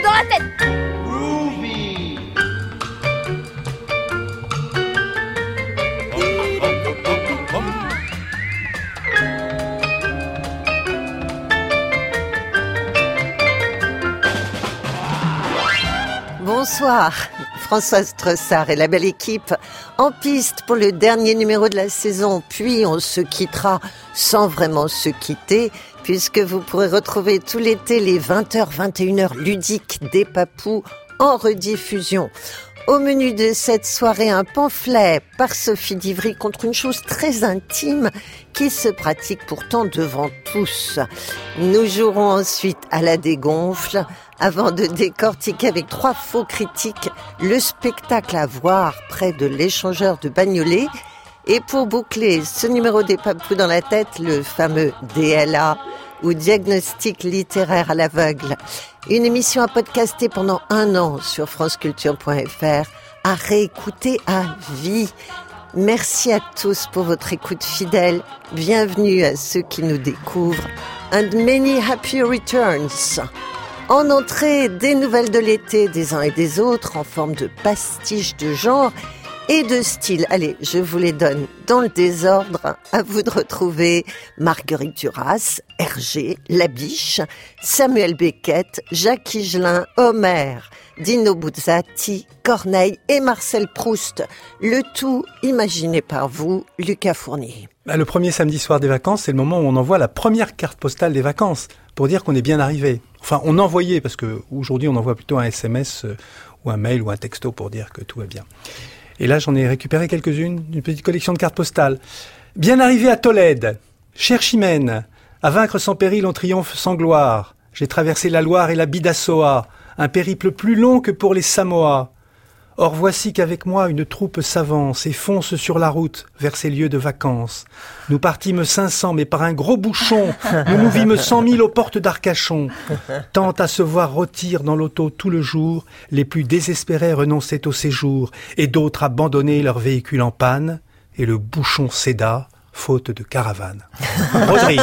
dans la tête. Bonsoir, Françoise Tressard et la belle équipe en piste pour le dernier numéro de la saison. Puis on se quittera sans vraiment se quitter, puisque vous pourrez retrouver tout l'été les 20h, 21h ludiques des Papous en rediffusion. Au menu de cette soirée, un pamphlet par Sophie Divry contre une chose très intime qui se pratique pourtant devant tous. Nous jouerons ensuite à la dégonfle avant de décortiquer avec 3 faux critiques le spectacle à voir près de l'échangeur de Bagnolet. Et pour boucler ce numéro des Papous dans la tête, le fameux DLA ou diagnostic littéraire à l'aveugle. Une émission à podcaster pendant 1 an sur franceculture.fr, à réécouter à vie. Merci à tous pour votre écoute fidèle. Bienvenue à ceux qui nous découvrent. And many happy returns. En entrée, des nouvelles de l'été des uns et des autres en forme de pastiche de genre et de style. Allez, je vous les donne dans le désordre. À vous de retrouver Marguerite Duras, Hergé, Labiche, Samuel Beckett, Jacques Higelin, Homer, Dino Buzzati, Corneille et Marcel Proust. Le tout imaginé par vous, Lucas Fournier. Le premier samedi soir des vacances, c'est le moment où on envoie la première carte postale des vacances pour dire qu'on est bien arrivé. Enfin, on envoyait, parce qu'aujourd'hui on envoie plutôt un SMS ou un mail ou un texto pour dire que tout va bien. Et là, j'en ai récupéré quelques-unes, d'une petite collection de cartes postales. Bien arrivé à Tolède, chère Chimène, à vaincre sans péril on triomphe sans gloire. J'ai traversé la Loire et la Bidassoa, un périple plus long que pour les Samoa. Or voici qu'avec moi une troupe s'avance et fonce sur la route vers ces lieux de vacances. Nous partîmes 500, mais par un gros bouchon, nous nous vîmes 100 000 aux portes d'Arcachon. Tant à se voir rôtir dans l'auto tout le jour, les plus désespérés renonçaient au séjour, et d'autres abandonnaient leur véhicule en panne, et le bouchon céda, faute de caravane. Rodrigue.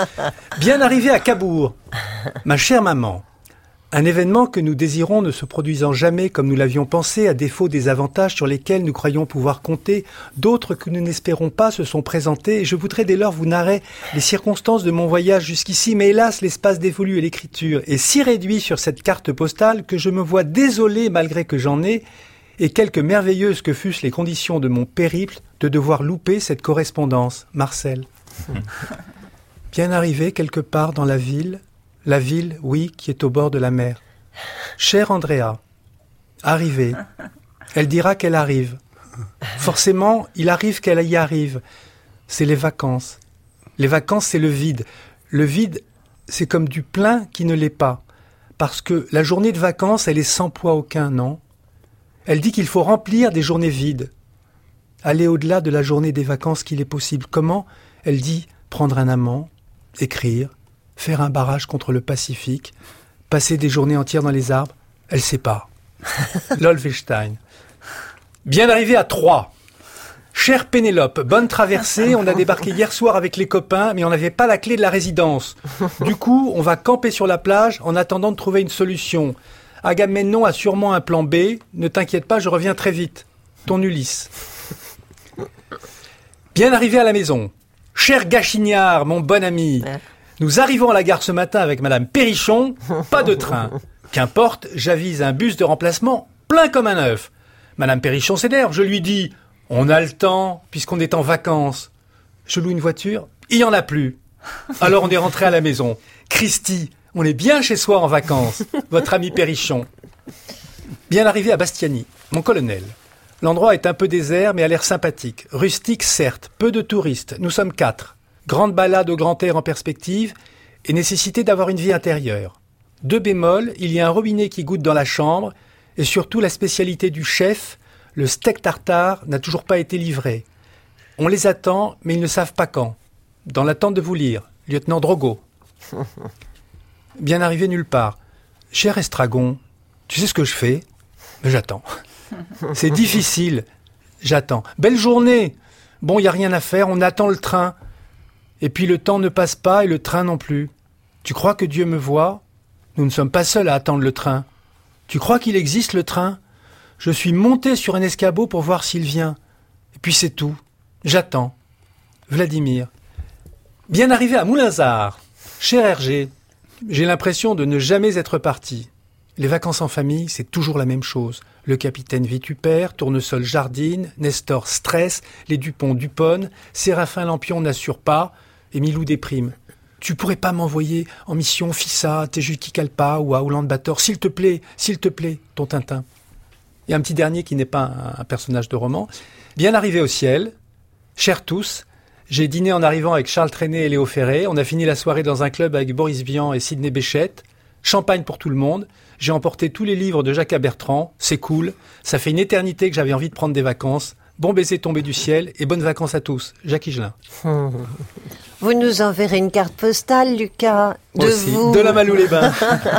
Bien arrivé à Cabourg, ma chère maman, un événement que nous désirons ne se produisant jamais comme nous l'avions pensé, à défaut des avantages sur lesquels nous croyons pouvoir compter, d'autres que nous n'espérons pas se sont présentés, et je voudrais dès lors vous narrer les circonstances de mon voyage jusqu'ici, mais hélas, l'espace dévolu et l'écriture est si réduit sur cette carte postale que je me vois désolé, malgré que j'en ai, et quelque merveilleuses que fussent les conditions de mon périple, de devoir louper cette correspondance. Marcel. Bien arrivé quelque part dans la ville, oui, qui est au bord de la mer. Chère Andrea, arrivée. Elle dira qu'elle arrive. Forcément, il arrive qu'elle y arrive. C'est les vacances. Les vacances, c'est le vide. Le vide, c'est comme du plein qui ne l'est pas. Parce que la journée de vacances, elle est sans poids aucun, non ? Elle dit qu'il faut remplir des journées vides. Aller au-delà de la journée des vacances qu'il est possible. Comment ? Elle dit prendre un amant, écrire, faire un barrage contre le Pacifique, passer des journées entières dans les arbres, elle sait pas. Lolvestein. Bien arrivé à Troyes. Chère Pénélope, bonne traversée, on a débarqué hier soir avec les copains, mais on n'avait pas la clé de la résidence. Du coup, on va camper sur la plage en attendant de trouver une solution. Agamemnon a sûrement un plan B, ne t'inquiète pas, je reviens très vite. Ton Ulysse. Bien arrivé à la maison. Cher Gachignard, mon bon ami, nous arrivons à la gare ce matin avec Madame Perrichon, pas de train. Qu'importe, j'avise un bus de remplacement plein comme un œuf. Madame Perrichon s'énerve, je lui dis « On a le temps, puisqu'on est en vacances. » Je loue une voiture, il n'y en a plus. Alors on est rentré à la maison. Christy, on est bien chez soi en vacances. Votre ami Perrichon. Bien arrivé à Bastiani, mon colonel. L'endroit est un peu désert, mais a l'air sympathique. Rustique, certes, peu de touristes. Nous sommes 4. Grande balade au grand air en perspective et nécessité d'avoir une vie intérieure. 2 bémols, il y a un robinet qui goutte dans la chambre et surtout la spécialité du chef, le steak tartare, n'a toujours pas été livré. On les attend, mais ils ne savent pas quand. Dans l'attente de vous lire, lieutenant Drogo. Bien arrivé nulle part. Cher Estragon, tu sais ce que je fais ? Mais j'attends. C'est difficile. J'attends. Belle journée. Bon, il n'y a rien à faire, on attend le train. Et puis le temps ne passe pas et le train non plus. Tu crois que Dieu me voit ? Nous ne sommes pas seuls à attendre le train. Tu crois qu'il existe le train ? Je suis monté sur un escabeau pour voir s'il vient. Et puis c'est tout. J'attends. Vladimir. Bien arrivé à Moulinsart. Cher Hergé, j'ai l'impression de ne jamais être parti. Les vacances en famille, c'est toujours la même chose. Le capitaine vitupère, Tournesol jardine, Nestor stresse, les Dupont duponne, Séraphin Lampion n'assure pas, et Milou déprime. Tu pourrais pas m'envoyer en mission Fissa, Tejuti-Kalpa ou à Oulan-Bator, s'il te plaît, ton Tintin. Et un petit dernier qui n'est pas un personnage de roman. Bien arrivé au ciel, chers tous, j'ai dîné en arrivant avec Charles Trenet et Léo Ferré. On a fini la soirée dans un club avec Boris Vian et Sidney Bechet. Champagne pour tout le monde. J'ai emporté tous les livres de Jacques Bertrand. C'est cool. Ça fait une éternité que j'avais envie de prendre des vacances. Bon baiser tombé du ciel et bonnes vacances à tous. Jacques Higelin. Vous nous enverrez une carte postale, Lucas, de aussi, vous. de la Malou-les-Bains.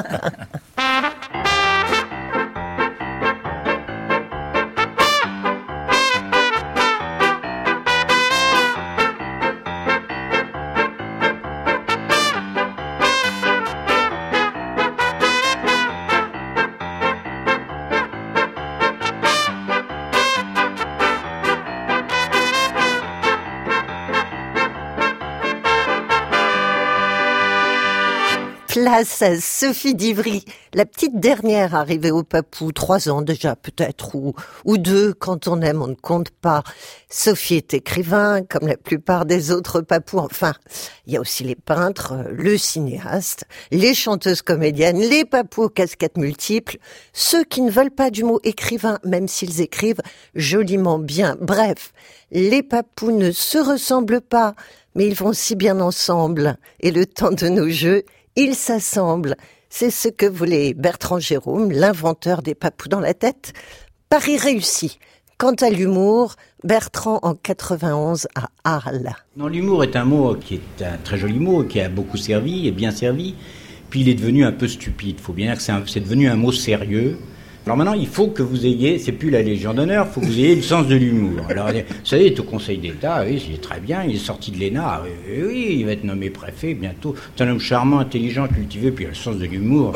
Place à Sophie d'Ivry, la petite dernière arrivée au Papou, 3 ans déjà peut-être, ou 2, quand on aime on ne compte pas. Sophie est écrivain, comme la plupart des autres Papous, enfin, il y a aussi les peintres, le cinéaste, les chanteuses comédiennes, les Papous aux casquettes multiples, ceux qui ne veulent pas du mot écrivain, même s'ils écrivent joliment bien. Bref, les Papous ne se ressemblent pas, mais ils vont si bien ensemble, et le temps de nos jeux, ils s'assemblent. C'est ce que voulait Bertrand Jérôme, l'inventeur des Papous dans la tête. Pari réussi. Quant à l'humour, Bertrand en 91 à Arles. Non, l'humour est un mot qui est un très joli mot, qui a beaucoup servi et bien servi. Puis il est devenu un peu stupide. Il faut bien dire que c'est devenu un mot sérieux. Alors maintenant, il faut que vous ayez, c'est plus la Légion d'honneur, il faut que vous ayez le sens de l'humour. Alors, vous savez, il est au Conseil d'État, oui, c'est très bien, il est sorti de l'ENA, oui, il va être nommé préfet bientôt. C'est un homme charmant, intelligent, cultivé, puis il a le sens de l'humour.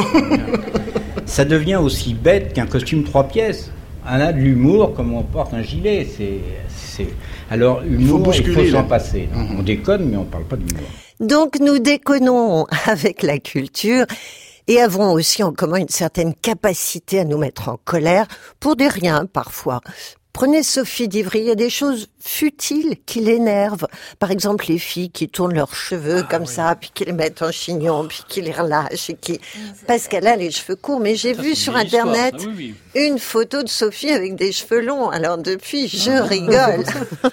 Ça devient aussi bête qu'un costume 3 pièces. On a de l'humour comme on porte un gilet. Alors, l'humour, il faut s'en passer. On déconne, mais on ne parle pas d'humour. Donc, nous déconnons avec la culture. Et avons aussi en commun une certaine capacité à nous mettre en colère pour des riens parfois. Prenez Sophie d'Ivry, il y a des choses futiles qui l'énervent. Par exemple, les filles qui tournent leurs cheveux ça, puis qui les mettent en chignon, puis qui les relâchent, parce qu'elle a les cheveux courts. Mais j'ai vu sur Internet une photo de Sophie avec des cheveux longs. Alors depuis, je rigole.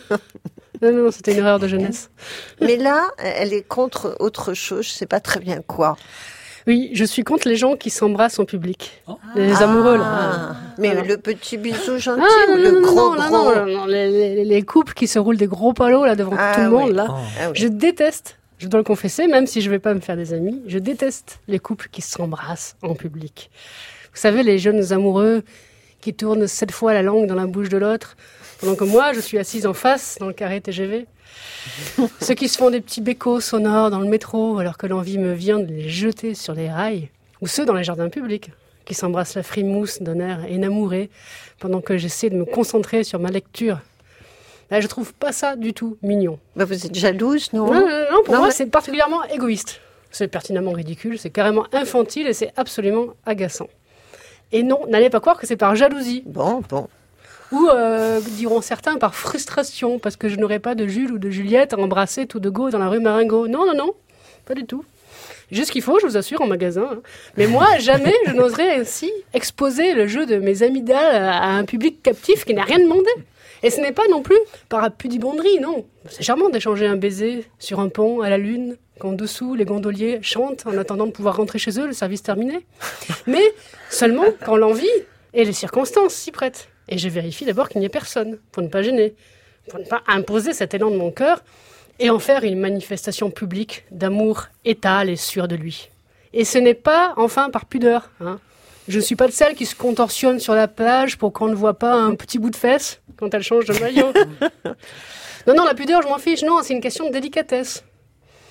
Non, c'était une erreur de jeunesse. Mais là, elle est contre autre chose, je sais pas très bien quoi. Oui, je suis contre les gens qui s'embrassent en public. Les amoureux, là. Mais le petit bisou gentil ou le gros Non, les couples qui se roulent des gros palos là devant tout le monde, là. Je déteste, je dois le confesser, même si je vais pas me faire des amis, je déteste les couples qui s'embrassent en public. Vous savez, les jeunes amoureux qui tournent 7 fois la langue dans la bouche de l'autre, pendant que moi, je suis assise en face dans le carré TGV. Ceux qui se font des petits bécos sonores dans le métro alors que l'envie me vient de les jeter sur les rails, ou ceux dans les jardins publics qui s'embrassent la frimousse d'un air énamouré pendant que j'essaie de me concentrer sur ma lecture. Là, je trouve pas ça du tout mignon. Vous êtes jalouse, non? Non, pour moi, c'est particulièrement égoïste. C'est pertinemment ridicule, c'est carrément infantile et c'est absolument agaçant. Et non, n'allez pas croire que c'est par jalousie. Bon. Ou, diront certains, par frustration, parce que je n'aurais pas de Jules ou de Juliette à embrasser tout de go dans la rue Marengo. Non, pas du tout. Juste ce qu'il faut, je vous assure, en magasin. Hein. Mais moi, jamais je n'oserais ainsi exposer le jeu de mes amygdales à un public captif qui n'a rien demandé. Et ce n'est pas non plus par pudibonderie, non. C'est charmant d'échanger un baiser sur un pont à la lune, quand dessous les gondoliers chantent en attendant de pouvoir rentrer chez eux, le service terminé. Mais seulement quand l'envie et les circonstances s'y prêtent. Et je vérifie d'abord qu'il n'y ait personne, pour ne pas gêner, pour ne pas imposer cet élan de mon cœur et en faire une manifestation publique d'amour étale et sûre de lui. Et ce n'est pas, enfin, par pudeur. Hein. Je ne suis pas de celle qui se contorsionne sur la plage pour qu'on ne voit pas un petit bout de fesse quand elle change de maillot. Non, la pudeur, je m'en fiche. Non, c'est une question de délicatesse.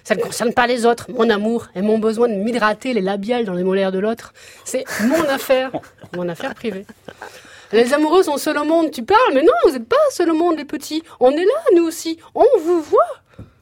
Ça ne concerne pas les autres. Mon amour et mon besoin de m'hydrater les labiales dans les molaires de l'autre, c'est mon affaire privée. Les amoureux sont seuls au monde, tu parles, mais non, vous n'êtes pas seuls au monde, les petits. On est là, nous aussi. On vous voit.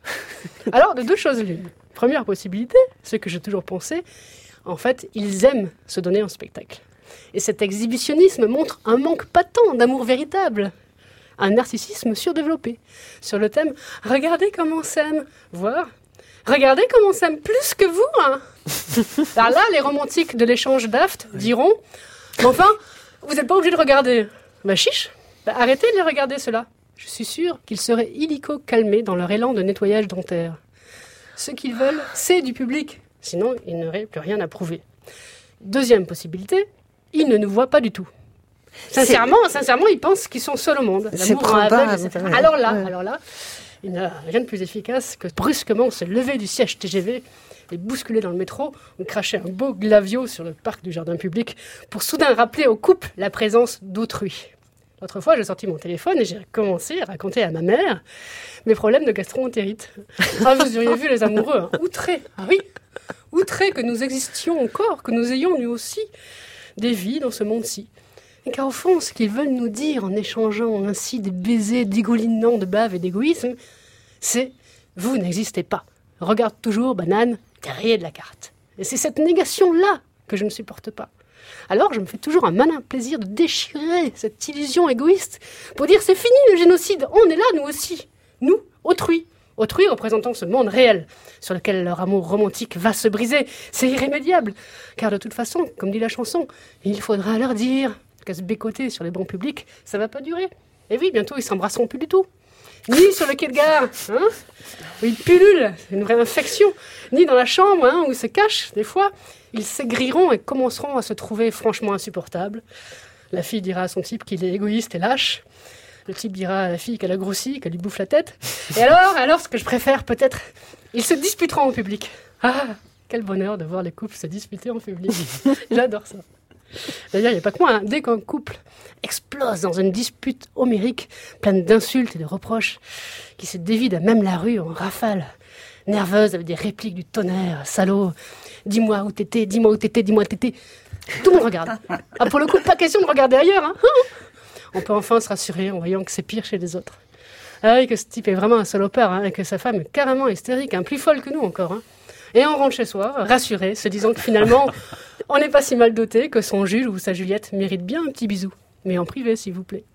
Alors, de deux choses l'une. Première possibilité, ce que j'ai toujours pensé, en fait, ils aiment se donner en spectacle. Et cet exhibitionnisme montre un manque patent d'amour véritable. Un narcissisme surdéveloppé. Sur le thème « Regardez comment on s'aime », voire « Regardez comment on s'aime plus que vous, hein !» Alors là, les romantiques de l'échange daft diront « Mais enfin, vous n'êtes pas obligé de regarder. » Bah chiche, arrêtez de les regarder, ceux-là. Je suis sûre qu'ils seraient illico calmés dans leur élan de nettoyage dentaire. Ce qu'ils veulent, c'est du public. Sinon, ils n'auraient plus rien à prouver. Deuxième possibilité, ils ne nous voient pas du tout. Sincèrement, ils pensent qu'ils sont seuls au monde. C'est probable. Alors là, il n'y a rien de plus efficace que brusquement se lever du siège TGV, les bousculer dans le métro, ou cracher un beau glavio sur le parc du jardin public pour soudain rappeler au couple la présence d'autrui. L'autre fois, j'ai sorti mon téléphone et j'ai commencé à raconter à ma mère mes problèmes de gastro-entérite. Ah, vous auriez vu les amoureux, hein. Outrés, ah oui, outrés que nous existions encore, que nous ayons nous aussi des vies dans ce monde-ci. Et car au fond, ce qu'ils veulent nous dire en échangeant ainsi des baisers dégoulinants de bave et d'égoïsme, c'est « vous n'existez pas. Regarde toujours, banane, t'es rayé de la carte. » Et c'est cette négation-là que je ne supporte pas. Alors je me fais toujours un malin plaisir de déchirer cette illusion égoïste pour dire « c'est fini le génocide, on est là nous aussi. Nous, autrui. » Autrui représentant ce monde réel sur lequel leur amour romantique va se briser. C'est irrémédiable. Car de toute façon, comme dit la chanson, il faudra leur dire qu'à se bécoter sur les bancs publics, ça va pas durer. Et oui, bientôt, ils s'embrasseront plus du tout. Ni sur le quai de gare, hein, où ils pullulent, c'est une vraie infection, ni dans la chambre, hein, où ils se cachent, des fois. Ils s'aigriront et commenceront à se trouver franchement insupportables. La fille dira à son type qu'il est égoïste et lâche. Le type dira à la fille qu'elle a grossi, qu'elle lui bouffe la tête. Et alors, ce que je préfère peut-être, ils se disputeront en public. Ah, quel bonheur de voir les couples se disputer en public. J'adore ça. D'ailleurs, il n'y a pas que moi, hein. Dès qu'un couple explose dans une dispute homérique, pleine d'insultes et de reproches, qui se dévide à même la rue en rafale, nerveuse avec des répliques du tonnerre, salaud, dis-moi où t'étais, dis-moi où t'étais, dis-moi où t'étais. Tout le monde regarde. Ah, pour le coup, pas question de regarder ailleurs, hein. On peut enfin se rassurer en voyant que c'est pire chez les autres. Ah oui, que ce type est vraiment un salopard, hein, et que sa femme est carrément hystérique, hein, plus folle que nous encore, hein. Et on rentre chez soi, rassuré, se disant que finalement, on n'est pas si mal doté, que son Jules ou sa Juliette mérite bien un petit bisou. Mais en privé, s'il vous plaît.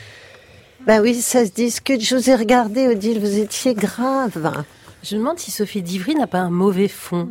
Ben oui, ça se discute. Je vous ai regardé, Odile, vous étiez grave. Je me demande si Sophie d'Ivry n'a pas un mauvais fond.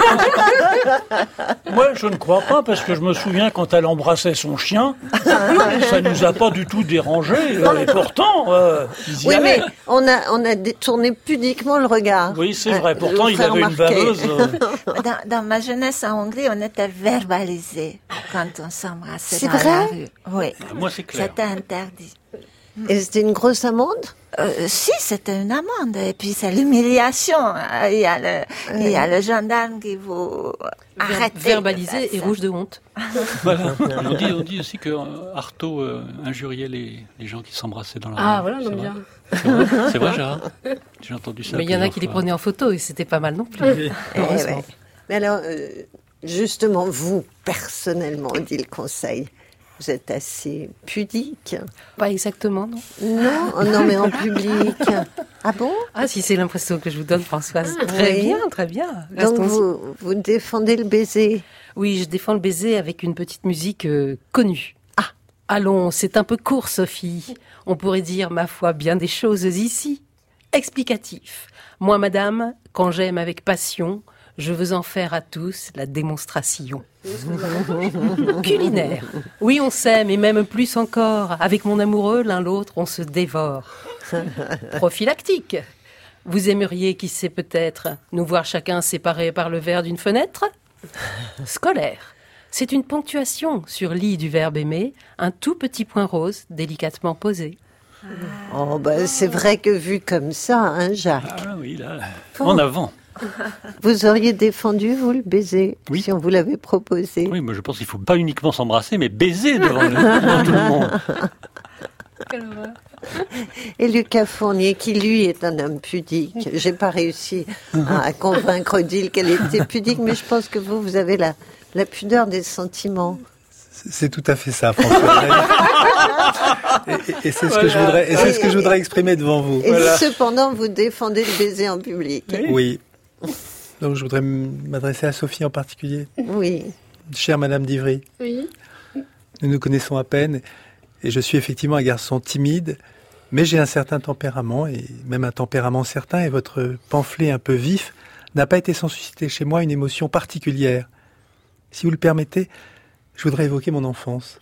Moi, je ne crois pas, parce que je me souviens quand elle embrassait son chien, ça nous a pas du tout dérangé. Et pourtant, ils y Oui, allaient. mais on a détourné pudiquement le regard. Oui, c'est vrai. Pourtant, il Faire avait une remarquer. baveuse. Dans ma jeunesse en Hongrie, on était verbalisés quand on s'embrassait C'est dans vrai la rue. Oui, Moi, c'est clair. c'était interdit. Et c'était une grosse amende? Si, c'était une amende. Et puis, c'est l'humiliation. Il y a le gendarme qui vous arrête. Verbalisé et rouge de honte. Voilà. On dit aussi que Artaud injuriait les gens qui s'embrassaient dans la rue. Ah voilà, C'est non vrai. bien. C'est vrai, Gérard. J'ai entendu ça. Mais il y en a plusieurs qui les fois. prenaient en photo et c'était pas mal non plus. Ouais. Mais alors, justement, vous, personnellement, Odile Conseil, vous êtes assez pudique. Pas exactement, non. Non, oh non, mais en public. Ah bon? Ah, si c'est l'impression que je vous donne, Françoise. Très Oui. bien, très bien. Donc Restons-y. vous défendez le baiser. Oui, je défends le baiser avec une petite musique connue. Ah, allons, c'est un peu court, Sophie. On pourrait dire, ma foi, bien des choses ici. Explicatif. Moi, madame, quand j'aime avec passion, je veux en faire à tous la démonstration. Culinaire. Oui, on s'aime, et même plus encore. Avec mon amoureux, l'un l'autre, on se dévore. Prophylactique. Vous aimeriez, qui sait peut-être, nous voir chacun séparés par le verre d'une fenêtre? Scolaire. C'est une ponctuation sur l'i du verbe aimer, un tout petit point rose délicatement posé. Oh, bah, c'est vrai que vu comme ça, hein, Jacques. Ah oui, là, en avant. Vous auriez défendu, vous, le baiser, Oui. si on vous l'avait proposé. Oui, moi je pense qu'il ne faut pas uniquement s'embrasser, mais baiser devant tout le monde. Quelle horreur. Et Lucas Fournier, qui lui est un homme pudique. J'ai pas réussi à convaincre Odile qu'elle était pudique, mais je pense que vous avez la pudeur des sentiments. C'est tout à fait ça, François. Et c'est ce que je voudrais, et c'est ce que je voudrais exprimer devant vous. Et cependant, vous défendez le baiser en public. Oui. Donc je voudrais m'adresser à Sophie en particulier. Oui. Chère Madame d'Ivry. Oui. Nous nous connaissons à peine, et je suis effectivement un garçon timide, mais j'ai un certain tempérament, et même un tempérament certain, et votre pamphlet un peu vif n'a pas été sans susciter chez moi une émotion particulière. Si vous le permettez, je voudrais évoquer mon enfance.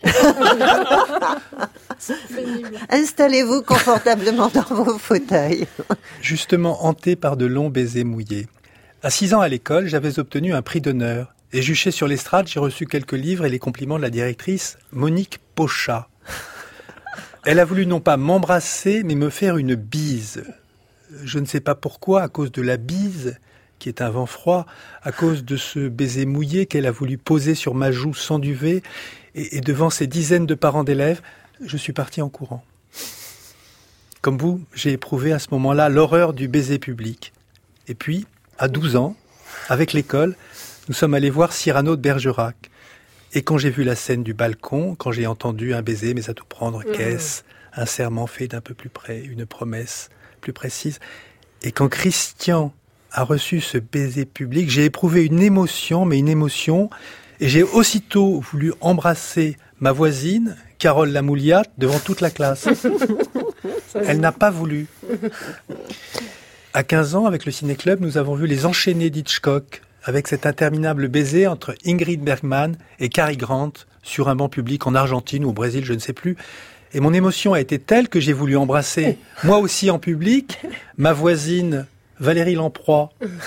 Installez-vous confortablement dans vos fauteuils. Justement hanté par de longs baisers mouillés. À 6 ans à l'école, j'avais obtenu un prix d'honneur. Et juché sur l'estrade, j'ai reçu quelques livres et les compliments de la directrice Monique Pochat. Elle a voulu non pas m'embrasser, mais me faire une bise. Je ne sais pas pourquoi, à cause de la bise, qui est un vent froid, à cause de ce baiser mouillé qu'elle a voulu poser sur ma joue sans duvet, et devant ces dizaines de parents d'élèves, je suis parti en courant. Comme vous, j'ai éprouvé à ce moment-là l'horreur du baiser public. Et puis, à 12 ans, avec l'école, nous sommes allés voir Cyrano de Bergerac. Et quand j'ai vu la scène du balcon, quand j'ai entendu un baiser, mais à tout prendre, qu'est-ce ? Un serment fait d'un peu plus près, une promesse plus précise. Et quand Christian a reçu ce baiser public, j'ai éprouvé une émotion, et j'ai aussitôt voulu embrasser ma voisine, Carole Lamouliat, devant toute la classe. Elle n'a pas voulu. À 15 ans, avec le Ciné-Club, nous avons vu Les Enchaînés d'Hitchcock, avec cet interminable baiser entre Ingrid Bergman et Cary Grant sur un banc public en Argentine ou au Brésil, je ne sais plus. Et mon émotion a été telle que j'ai voulu embrasser, moi aussi en public, ma voisine Valérie Lamproie.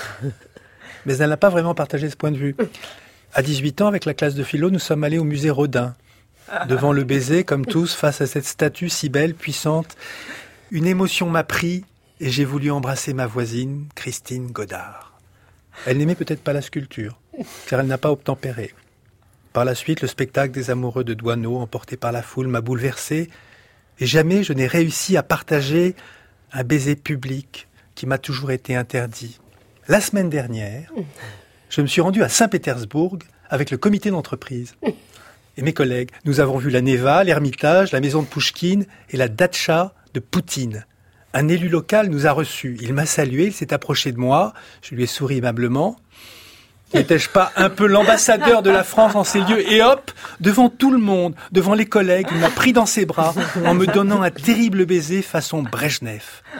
Mais elle n'a pas vraiment partagé ce point de vue. À 18 ans, avec la classe de philo, nous sommes allés au musée Rodin. Devant le baiser, comme tous, face à cette statue si belle, puissante. Une émotion m'a pris et j'ai voulu embrasser ma voisine, Christine Godard. Elle n'aimait peut-être pas la sculpture, car elle n'a pas obtempéré. Par la suite, le spectacle des amoureux de Douaneau, emporté par la foule, m'a bouleversé. Et jamais je n'ai réussi à partager un baiser public qui m'a toujours été interdit. La semaine dernière, je me suis rendu à Saint-Pétersbourg avec le comité d'entreprise. Et mes collègues, nous avons vu la Neva, l'Ermitage, la maison de Pouchkine et la datcha de Poutine. Un élu local nous a reçus. Il m'a salué, il s'est approché de moi. Je lui ai souri aimablement. N'étais-je pas un peu l'ambassadeur de la France en ces lieux ? Et hop, devant tout le monde, devant les collègues, il m'a pris dans ses bras en me donnant un terrible baiser façon Brejnev.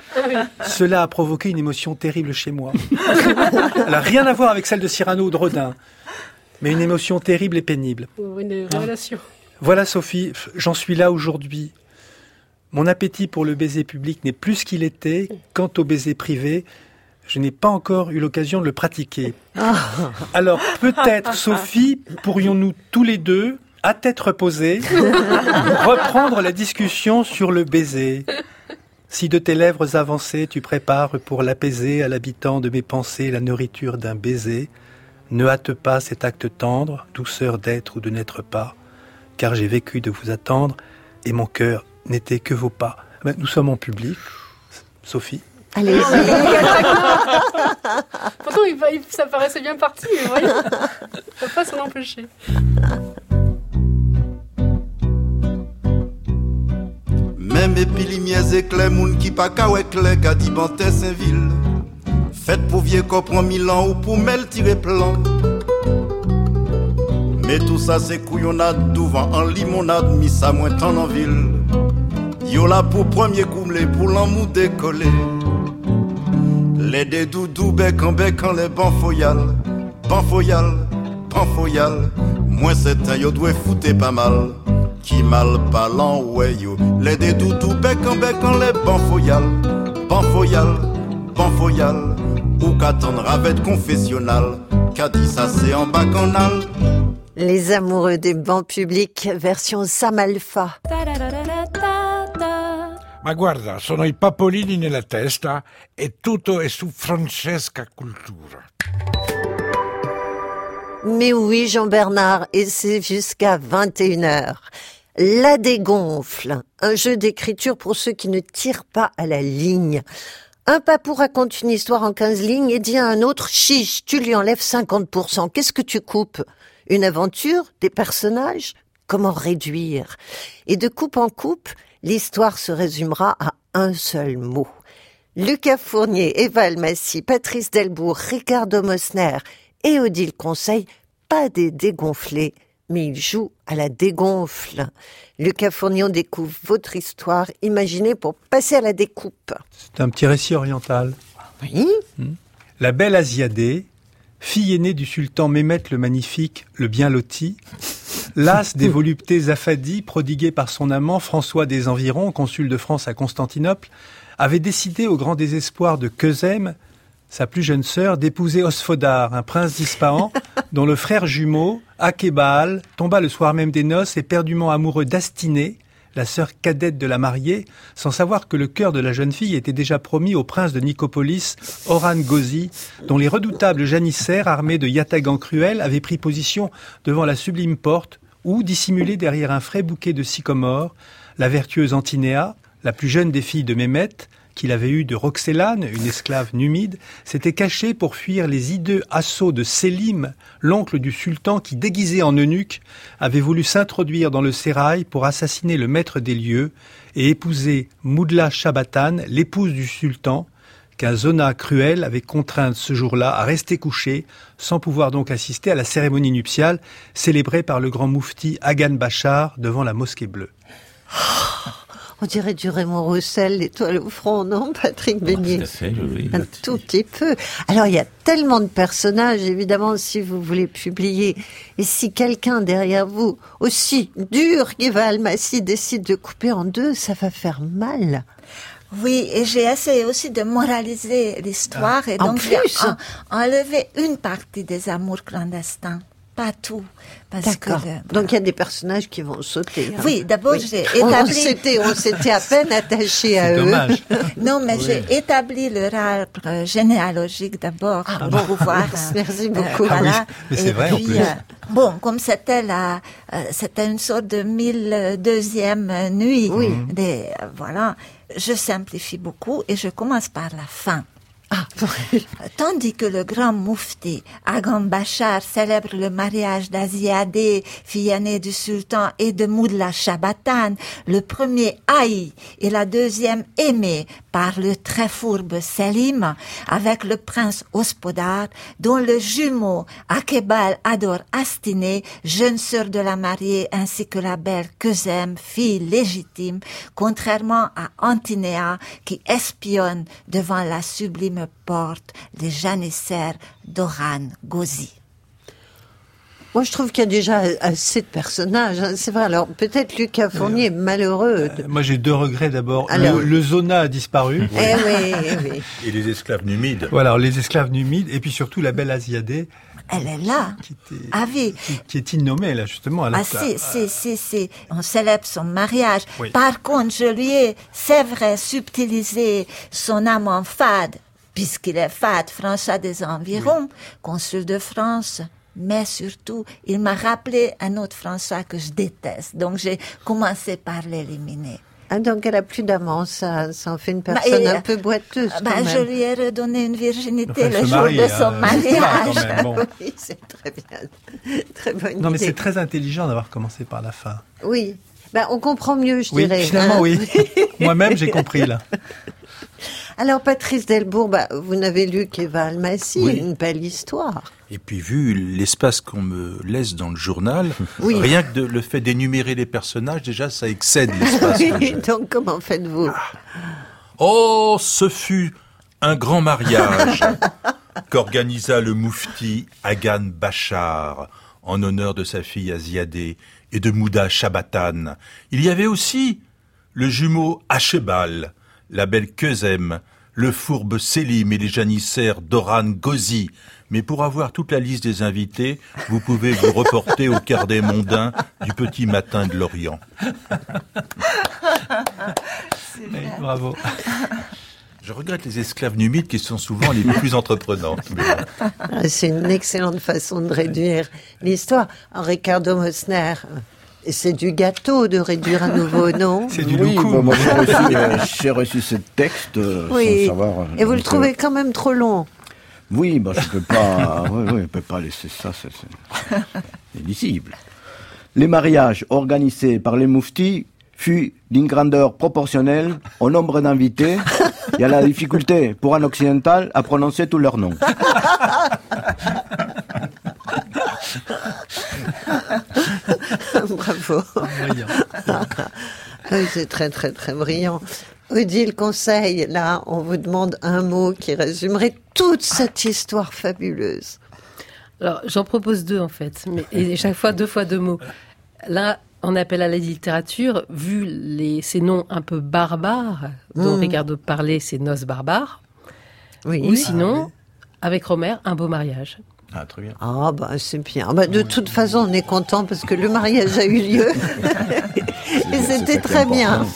Cela a provoqué une émotion terrible chez moi. Elle n'a rien à voir avec celle de Cyrano ou de Rodin, mais une émotion terrible et pénible. Une révélation. Voilà Sophie, j'en suis là aujourd'hui. Mon appétit pour le baiser public n'est plus ce qu'il était. Quant au baiser privé, je n'ai pas encore eu l'occasion de le pratiquer. Alors peut-être, Sophie, pourrions-nous tous les deux, à tête reposée, reprendre la discussion sur le baiser. Si de tes lèvres avancées tu prépares pour l'apaiser à l'habitant de mes pensées la nourriture d'un baiser, ne hâte pas cet acte tendre, douceur d'être ou de n'être pas, car j'ai vécu de vous attendre et mon cœur n'était que vos pas. Nous sommes en public. Sophie. Allez-y. Pourtant, ça paraissait bien parti, mais voyons, on ne peut pas s'en empêcher. Même épilimiers éclairs, moun qui pas qu'à éclair, qu'a dit Banté Saint-Ville. Faites pour vieux qu'on prend 1000 ans ou pour mêle tirer plan. Mais tout ça c'est couillonnade, devant en limonade, mis ça moins temps en ville. Yo là pour premier coulé, pour l'amour décoller. Les dédoudous bec en les banfoyales, banfoyales, banfoyales. Moins c'est un yo doit fouter pas mal. Qui mal parlant ouais yo. Les dédoudous bec en les banfoyales, banfoyales, banfoyales. Ou qu'attendre avec confessionnal. Qu'a dit ça c'est en bacchanal. Les amoureux des bancs publics, version Sam Alpha. Ma guarda, sono i papolini nella testa e tutto è su Francesca Cultura. Mais oui, Jean-Bernard, et c'est jusqu'à 21h. La dégonfle, un jeu d'écriture pour ceux qui ne tirent pas à la ligne. Un papou raconte une histoire en 15 lignes et dit à un autre « Chiche, tu lui enlèves 50%. Qu'est-ce que tu coupes ? Une aventure ? Des personnages ? Comment réduire ?» Et de coupe en coupe, l'histoire se résumera à un seul mot. Lucas Fournier, Eva Almasy, Patrice Delbourg, Ricardo Mosner et Odile Conseil, pas des dégonflés, mais ils jouent à la dégonfle. Lucas Fournier, on découvre votre histoire imaginée pour passer à la découpe. C'est un petit récit oriental. Oui. La belle Asiadé, fille aînée du sultan Mehmet le Magnifique, le bien loti, lasse des voluptés affadies prodiguées par son amant François des Environs, consul de France à Constantinople, avait décidé au grand désespoir de Kösem, sa plus jeune sœur, d'épouser Osfodar, un prince d'Ispahan, dont le frère jumeau, Akébal, tomba le soir même des noces éperdument amoureux d'Astiné, la sœur cadette de la mariée, sans savoir que le cœur de la jeune fille était déjà promis au prince de Nicopolis, Orhan Ghazi, dont les redoutables janissaires, armés de yatagans cruels, avaient pris position devant la sublime porte où, dissimulée derrière un frais bouquet de sycomore, la vertueuse Antinéa, la plus jeune des filles de Mehmet, qu'il avait eue de Roxélane, une esclave numide, s'était cachée pour fuir les hideux assauts de Sélim, l'oncle du sultan qui, déguisé en eunuque, avait voulu s'introduire dans le sérail pour assassiner le maître des lieux et épouser Moudla Shabatan, l'épouse du sultan, qu'un zona cruel avait contrainte ce jour-là à rester couchée, sans pouvoir donc assister à la cérémonie nuptiale célébrée par le grand moufti Hagan Bachar devant la mosquée bleue. On dirait du Raymond Roussel, l'étoile au front, non, Patrick Beignet? Tout à fait, oui. Un tout petit peu. Alors, il y a tellement de personnages, évidemment, si vous voulez publier. Et si quelqu'un derrière vous, aussi dur qu'Eva Almasy, décide de couper en deux, ça va faire mal. Oui, et j'ai essayé aussi de moraliser l'histoire, et donc j'ai enlevé une partie des amours clandestins. Pas tout. D'accord. Donc il y a des personnages qui vont sauter. Hein. Oui, d'abord j'ai établi... On s'était à peine attaché à eux. Dommage. Non, mais j'ai établi leur arbre généalogique d'abord pour pouvoir... Merci beaucoup. Voilà. Mais c'est vrai, puis, en plus. Bon, comme c'était une sorte de 1002e nuit. Oui. Voilà. Je simplifie beaucoup et je commence par la fin. Tandis que le grand moufti Hagan Bachar célèbre le mariage d'Asiadé, fille aînée du sultan, et de Moudla Shabatan, le premier haï et la deuxième aimée par le très fourbe Selim, avec le prince Ospodar, dont le jumeau Akébal adore Astiné, jeune sœur de la mariée, ainsi que la belle Kösem, fille légitime, contrairement à Antinéa, qui espionne devant la sublime porte des janissaires d'Orhan Ghazi. Moi, je trouve qu'il y a déjà assez de personnages. Hein. C'est vrai. Alors, peut-être Lucas Fournier est malheureux. Moi, j'ai deux regrets d'abord. Alors, le zona a disparu. Oui. Et les esclaves numides. Voilà, alors, les esclaves numides, et puis surtout la belle Asiadé. Elle est là, qui est innommée, là, justement. Si. On célèbre son mariage. Oui. Par contre, je lui ai, c'est vrai, subtilisé son amant fade, puisqu'il est fade, François des Environs, consul de France. Mais surtout, il m'a rappelé un autre François que je déteste. Donc, j'ai commencé par l'éliminer. Ah, donc elle a plus d'amant, ça en fait une personne un peu boiteuse. Je lui ai redonné une virginité le jour de son mariage. Bon. Oui, c'est très bien. Très bonne idée. Non, mais c'est très intelligent d'avoir commencé par la fin. Oui. On comprend mieux, je dirais. Finalement, oui. Moi-même, j'ai compris, là. Alors, Patrice Delbourg, vous n'avez lu qu'Eva Almasy, une belle histoire. Et puis, vu l'espace qu'on me laisse dans le journal, rien que le fait d'énumérer les personnages, déjà, ça excède l'espace que j'ai. Donc, comment faites-vous? Oh, ce fut un grand mariage qu'organisa le moufti Hagan Bachar en honneur de sa fille Asiadé et de Mouda Shabatan. Il y avait aussi le jumeau Akébal, la belle Kösem, le fourbe Selim et les janissaires d'Orhan Ghazi. Mais pour avoir toute la liste des invités, vous pouvez vous reporter au quart des mondains du Petit Matin de l'Orient. Oui, bravo. Je regrette les esclaves numides qui sont souvent les plus entreprenantes. C'est une excellente façon de réduire l'histoire. Ricardo Mosner, Et c'est du gâteau de réduire à nouveau, non? C'est du Oui, loukoum. moi j'ai reçu ce texte Oui. sans savoir. Et vous le donc, trouvez quand même trop long? Oui, je peux pas. Oui, je peux pas laisser ça. C'est illisible. Les mariages organisés par les mouftis fut d'une grandeur proportionnelle au nombre d'invités et à la difficulté pour un occidental à prononcer tous leurs noms. Bravo. Oui, c'est très, très, très brillant. Odile Conseil, là, on vous demande un mot qui résumerait toute cette histoire fabuleuse. Alors, j'en propose 2 en fait, et chaque fois 2 fois 2 mots. Là, on appelle à la littérature, vu ces noms un peu barbares, dont Ricardo parlait, ces noces barbares, Oui. ou sinon, avec Romer, un beau mariage. Ah, très bien. Ah, c'est bien. De toute façon, on est content parce que le mariage a eu lieu. Et c'était très bien.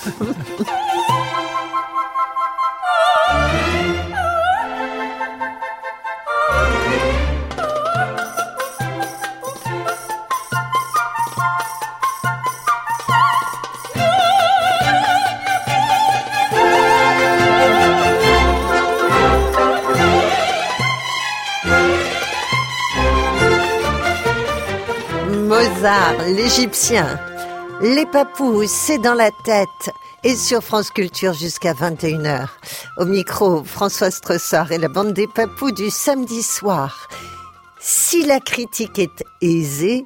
Mozart, l'Égyptien. Les papous, c'est dans la tête. Et sur France Culture jusqu'à 21h. Au micro, François Stressard et la bande des papous du samedi soir. Si la critique est aisée,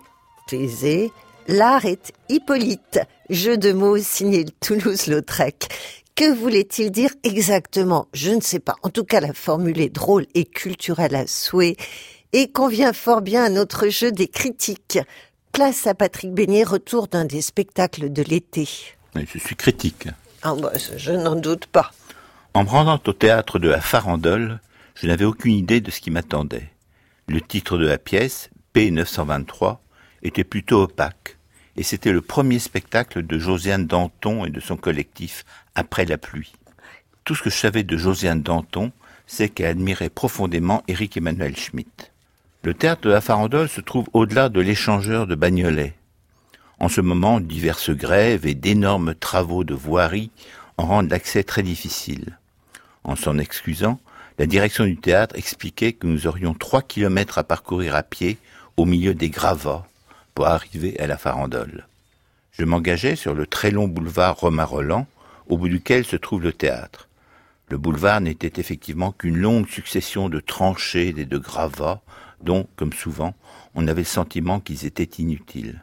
l'art est Hippolyte. Jeu de mots signé Toulouse-Lautrec. Que voulait-il dire exactement? Je ne sais pas. En tout cas, la formule est drôle et culturelle à souhait et convient fort bien à notre jeu des critiques. Place à Patrick Beignet, retour d'un des spectacles de l'été. Je suis critique. Ah je n'en doute pas. En me rendant au théâtre de la Farandole, je n'avais aucune idée de ce qui m'attendait. Le titre de la pièce, P923, était plutôt opaque, et c'était le premier spectacle de Josiane Danton et de son collectif Après la pluie. Tout ce que je savais de Josiane Danton, c'est qu'elle admirait profondément Éric Emmanuel Schmitt. Le théâtre de la Farandole se trouve au-delà de l'échangeur de Bagnolet. En ce moment, diverses grèves et d'énormes travaux de voirie en rendent l'accès très difficile. En s'en excusant, la direction du théâtre expliquait que nous aurions 3 kilomètres à parcourir à pied au milieu des gravats pour arriver à la Farandole. Je m'engageais sur le très long boulevard Romain-Roland, au bout duquel se trouve le théâtre. Le boulevard n'était effectivement qu'une longue succession de tranchées et de gravats dont, comme souvent, on avait le sentiment qu'ils étaient inutiles.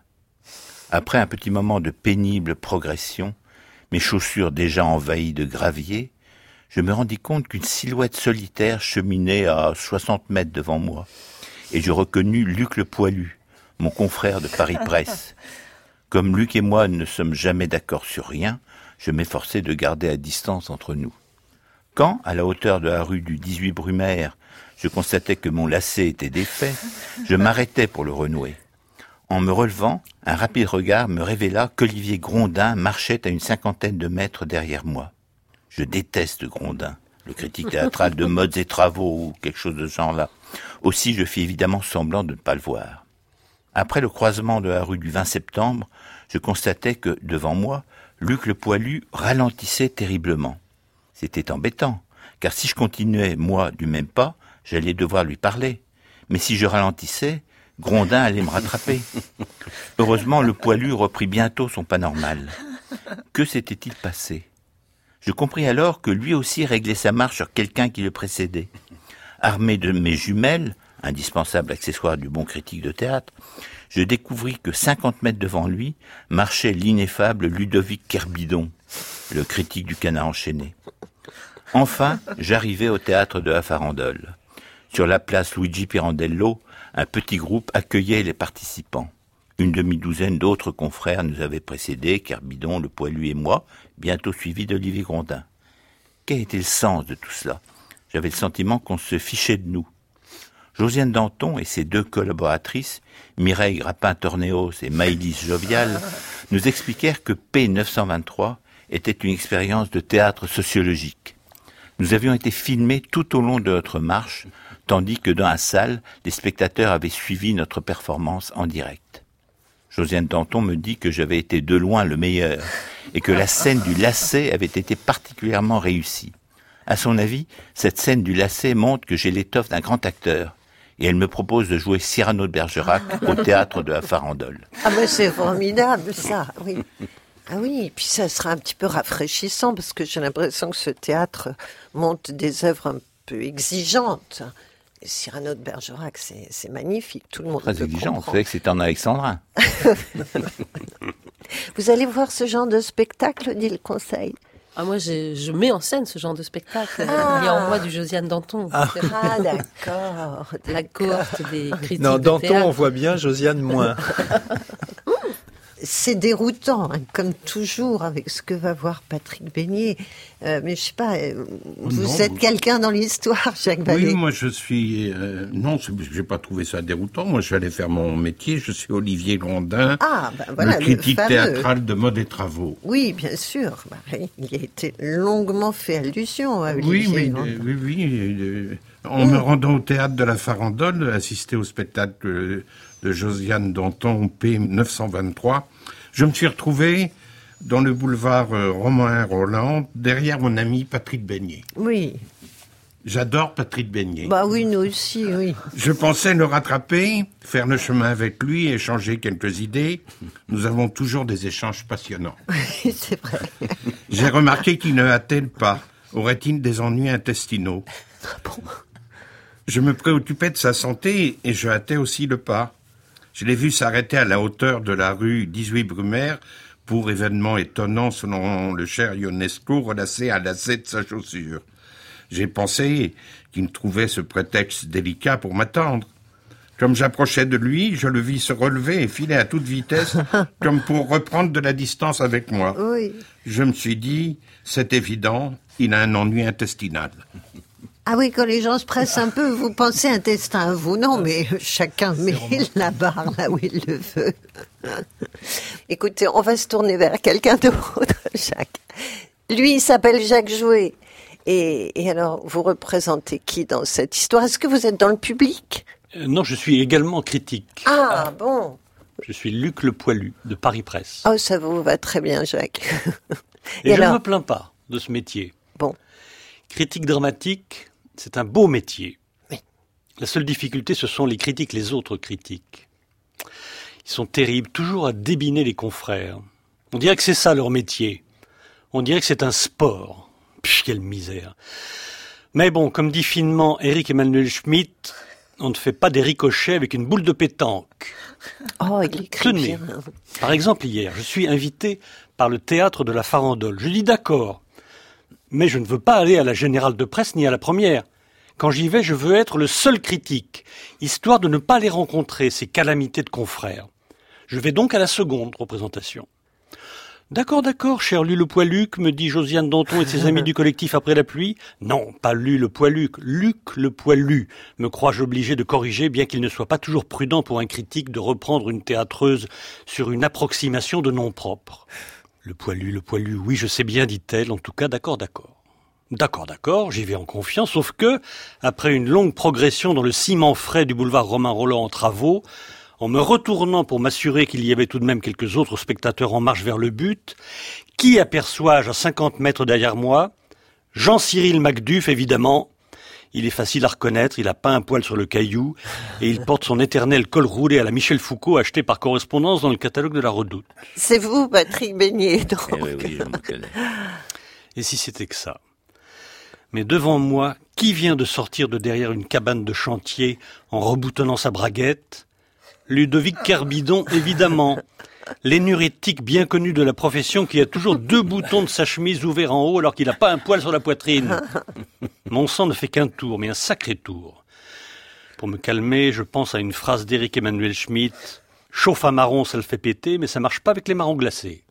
Après un petit moment de pénible progression, mes chaussures déjà envahies de gravier, je me rendis compte qu'une silhouette solitaire cheminait à 60 mètres devant moi, et je reconnus Luc Le Poilu, mon confrère de Paris Presse. Comme Luc et moi ne sommes jamais d'accord sur rien, je m'efforçais de garder à distance entre nous. Quand, à la hauteur de la rue du 18 Brumaire, je constatais que mon lacet était défait, je m'arrêtais pour le renouer. En me relevant, un rapide regard me révéla qu'Olivier Grondin marchait à une 50aine de mètres derrière moi. Je déteste Grondin, le critique théâtral de Modes et Travaux ou quelque chose de ce genre-là. Aussi, je fis évidemment semblant de ne pas le voir. Après le croisement de la rue du 20 septembre, je constatais que, devant moi, Luc Le Poilu ralentissait terriblement. C'était embêtant, car si je continuais, moi, du même pas, j'allais devoir lui parler. Mais si je ralentissais, Grondin allait me rattraper. Heureusement, Le Poilu reprit bientôt son pas normal. Que s'était-il passé? Je compris alors que lui aussi réglait sa marche sur quelqu'un qui le précédait. Armé de mes jumelles, indispensable accessoire du bon critique de théâtre, je découvris que 50 mètres devant lui marchait l'ineffable Ludovic Kerbidon, le critique du Canard enchaîné. Enfin, j'arrivai au théâtre de la Farandole. Sur la place Luigi Pirandello, un petit groupe accueillait les participants. Une demi-douzaine d'autres confrères nous avaient précédés, Kerbidon, Le Poilu et moi, bientôt suivis d'Olivier Grondin. Quel était le sens de tout cela? J'avais le sentiment qu'on se fichait de nous. Josiane Danton et ses 2 collaboratrices, Mireille Grappin-Tornéos et Maïlys Jovial, nous expliquèrent que P923 était une expérience de théâtre sociologique. Nous avions été filmés tout au long de notre marche, tandis que dans la salle, les spectateurs avaient suivi notre performance en direct. Josiane Danton me dit que j'avais été de loin le meilleur et que la scène du lacet avait été particulièrement réussie. À son avis, cette scène du lacet montre que j'ai l'étoffe d'un grand acteur. Et elle me propose de jouer Cyrano de Bergerac au théâtre de la Farandole. Ah mais c'est formidable ça, oui. Ah oui, et puis ça sera un petit peu rafraîchissant parce que j'ai l'impression que ce théâtre monte des œuvres un peu exigeantes. Et Cyrano de Bergerac, c'est magnifique, tout le monde Très le exigeant, comprend. vous savez que c'est en alexandrin. Vous allez voir ce genre de spectacle, dit le conseil. Ah, moi, je mets en scène ce genre de spectacle. Il y a en moi du Josiane Danton. Ah d'accord. La cohorte des critiques Non, de Danton, théâtre. on voit bien, Josiane moins. C'est déroutant, hein, comme toujours, avec ce que va voir Patrick Beignet. Mais je sais pas, vous êtes quelqu'un dans l'histoire, Jacques Vallée. Oui, moi je suis... non, j'ai pas trouvé ça déroutant. Moi je suis allé faire mon métier. Je suis Olivier Grondin, Voilà, le critique fameux. théâtral de Mode et Travaux. Oui, bien sûr. Bah, il a été longuement fait allusion à Oui, Olivier mais Grondin. en me rendant au théâtre de la Farandole, assister au spectacle de Josiane Danton, P 923, je me suis retrouvé dans le boulevard Romain-Rolland, derrière mon ami Patrick Beignet. Oui. J'adore Patrick Beignet. Bah oui, nous aussi, oui. Je pensais le rattraper, faire le chemin avec lui, échanger quelques idées. Nous avons toujours des échanges passionnants. Oui, c'est vrai. J'ai remarqué qu'il ne hâtait pas. Aurait-il des ennuis intestinaux? Je me préoccupais de sa santé et je hâtais aussi le pas. Je l'ai vu s'arrêter à la hauteur de la rue 18 Brumaire pour événement étonnant selon le cher Ionesco, relacé à lacet de sa chaussure. J'ai pensé qu'il trouvait ce prétexte délicat pour m'attendre. Comme j'approchais de lui, je le vis se relever et filer à toute vitesse, comme pour reprendre de la distance avec moi. Oui. Je me suis dit, c'est évident, il a un ennui intestinal. Ah oui, quand les gens se pressent un peu, vous pensez intestin, vous non, mais chacun met la barre là où il le veut. Écoutez, on va se tourner vers quelqu'un d'autre, Jacques. Lui, il s'appelle Jacques Jouet. Et alors, vous représentez qui dans cette histoire? Est-ce que vous êtes dans le public? Non, je suis également critique. Ah, bon. Je suis Luc Le Poilu, de Paris Presse. Oh, ça vous va très bien, Jacques. Et je ne alors me plains pas de ce métier. Bon. Critique dramatique, c'est un beau métier. La seule difficulté, ce sont les autres critiques. Ils sont terribles, toujours à débiner les confrères. On dirait que c'est ça leur métier. On dirait que c'est un sport. Pff, quelle misère. Mais bon, comme dit finement Éric Emmanuel Schmitt, on ne fait pas des ricochets avec une boule de pétanque. Oh, il écrit Tenez, bien. par exemple hier, je suis invité par le théâtre de la Farandole. Je dis d'accord, mais je ne veux pas aller à la Générale de Presse ni à la première. Quand j'y vais, je veux être le seul critique, histoire de ne pas les rencontrer, ces calamités de confrères. Je vais donc à la seconde représentation. D'accord, cher Lu Le Poiluc, me dit Josiane Danton et ses amis du collectif Après la pluie. Non, pas Lu Le Poiluc, Luc Le Poilu, me crois-je obligé de corriger, bien qu'il ne soit pas toujours prudent pour un critique de reprendre une théâtreuse sur une approximation de nom propre. Le Poilu, oui, je sais bien, dit-elle, en tout cas, d'accord. D'accord, j'y vais en confiance, sauf que, après une longue progression dans le ciment frais du boulevard Romain-Rolland en travaux, en me retournant pour m'assurer qu'il y avait tout de même quelques autres spectateurs en marche vers le but, qui aperçois-je à 50 mètres derrière moi? Jean-Cyril Macduff, évidemment. Il est facile à reconnaître, il a pas un poil sur le caillou, et il porte son éternel col roulé à la Michel Foucault acheté par correspondance dans le catalogue de la Redoute. C'est vous, Patrick Beignet, donc. Oui, je me connais. Et si c'était que ça? Mais devant moi, qui vient de sortir de derrière une cabane de chantier en reboutonnant sa braguette? Ludovic Kerbidon, évidemment. L'énurétique bien connu de la profession qui a toujours 2 boutons de sa chemise ouverts en haut alors qu'il n'a pas un poil sur la poitrine. Mon sang ne fait qu'un tour, mais un sacré tour. Pour me calmer, je pense à une phrase d'Éric Emmanuel Schmitt. Chauffe un marron, ça le fait péter, mais ça marche pas avec les marrons glacés.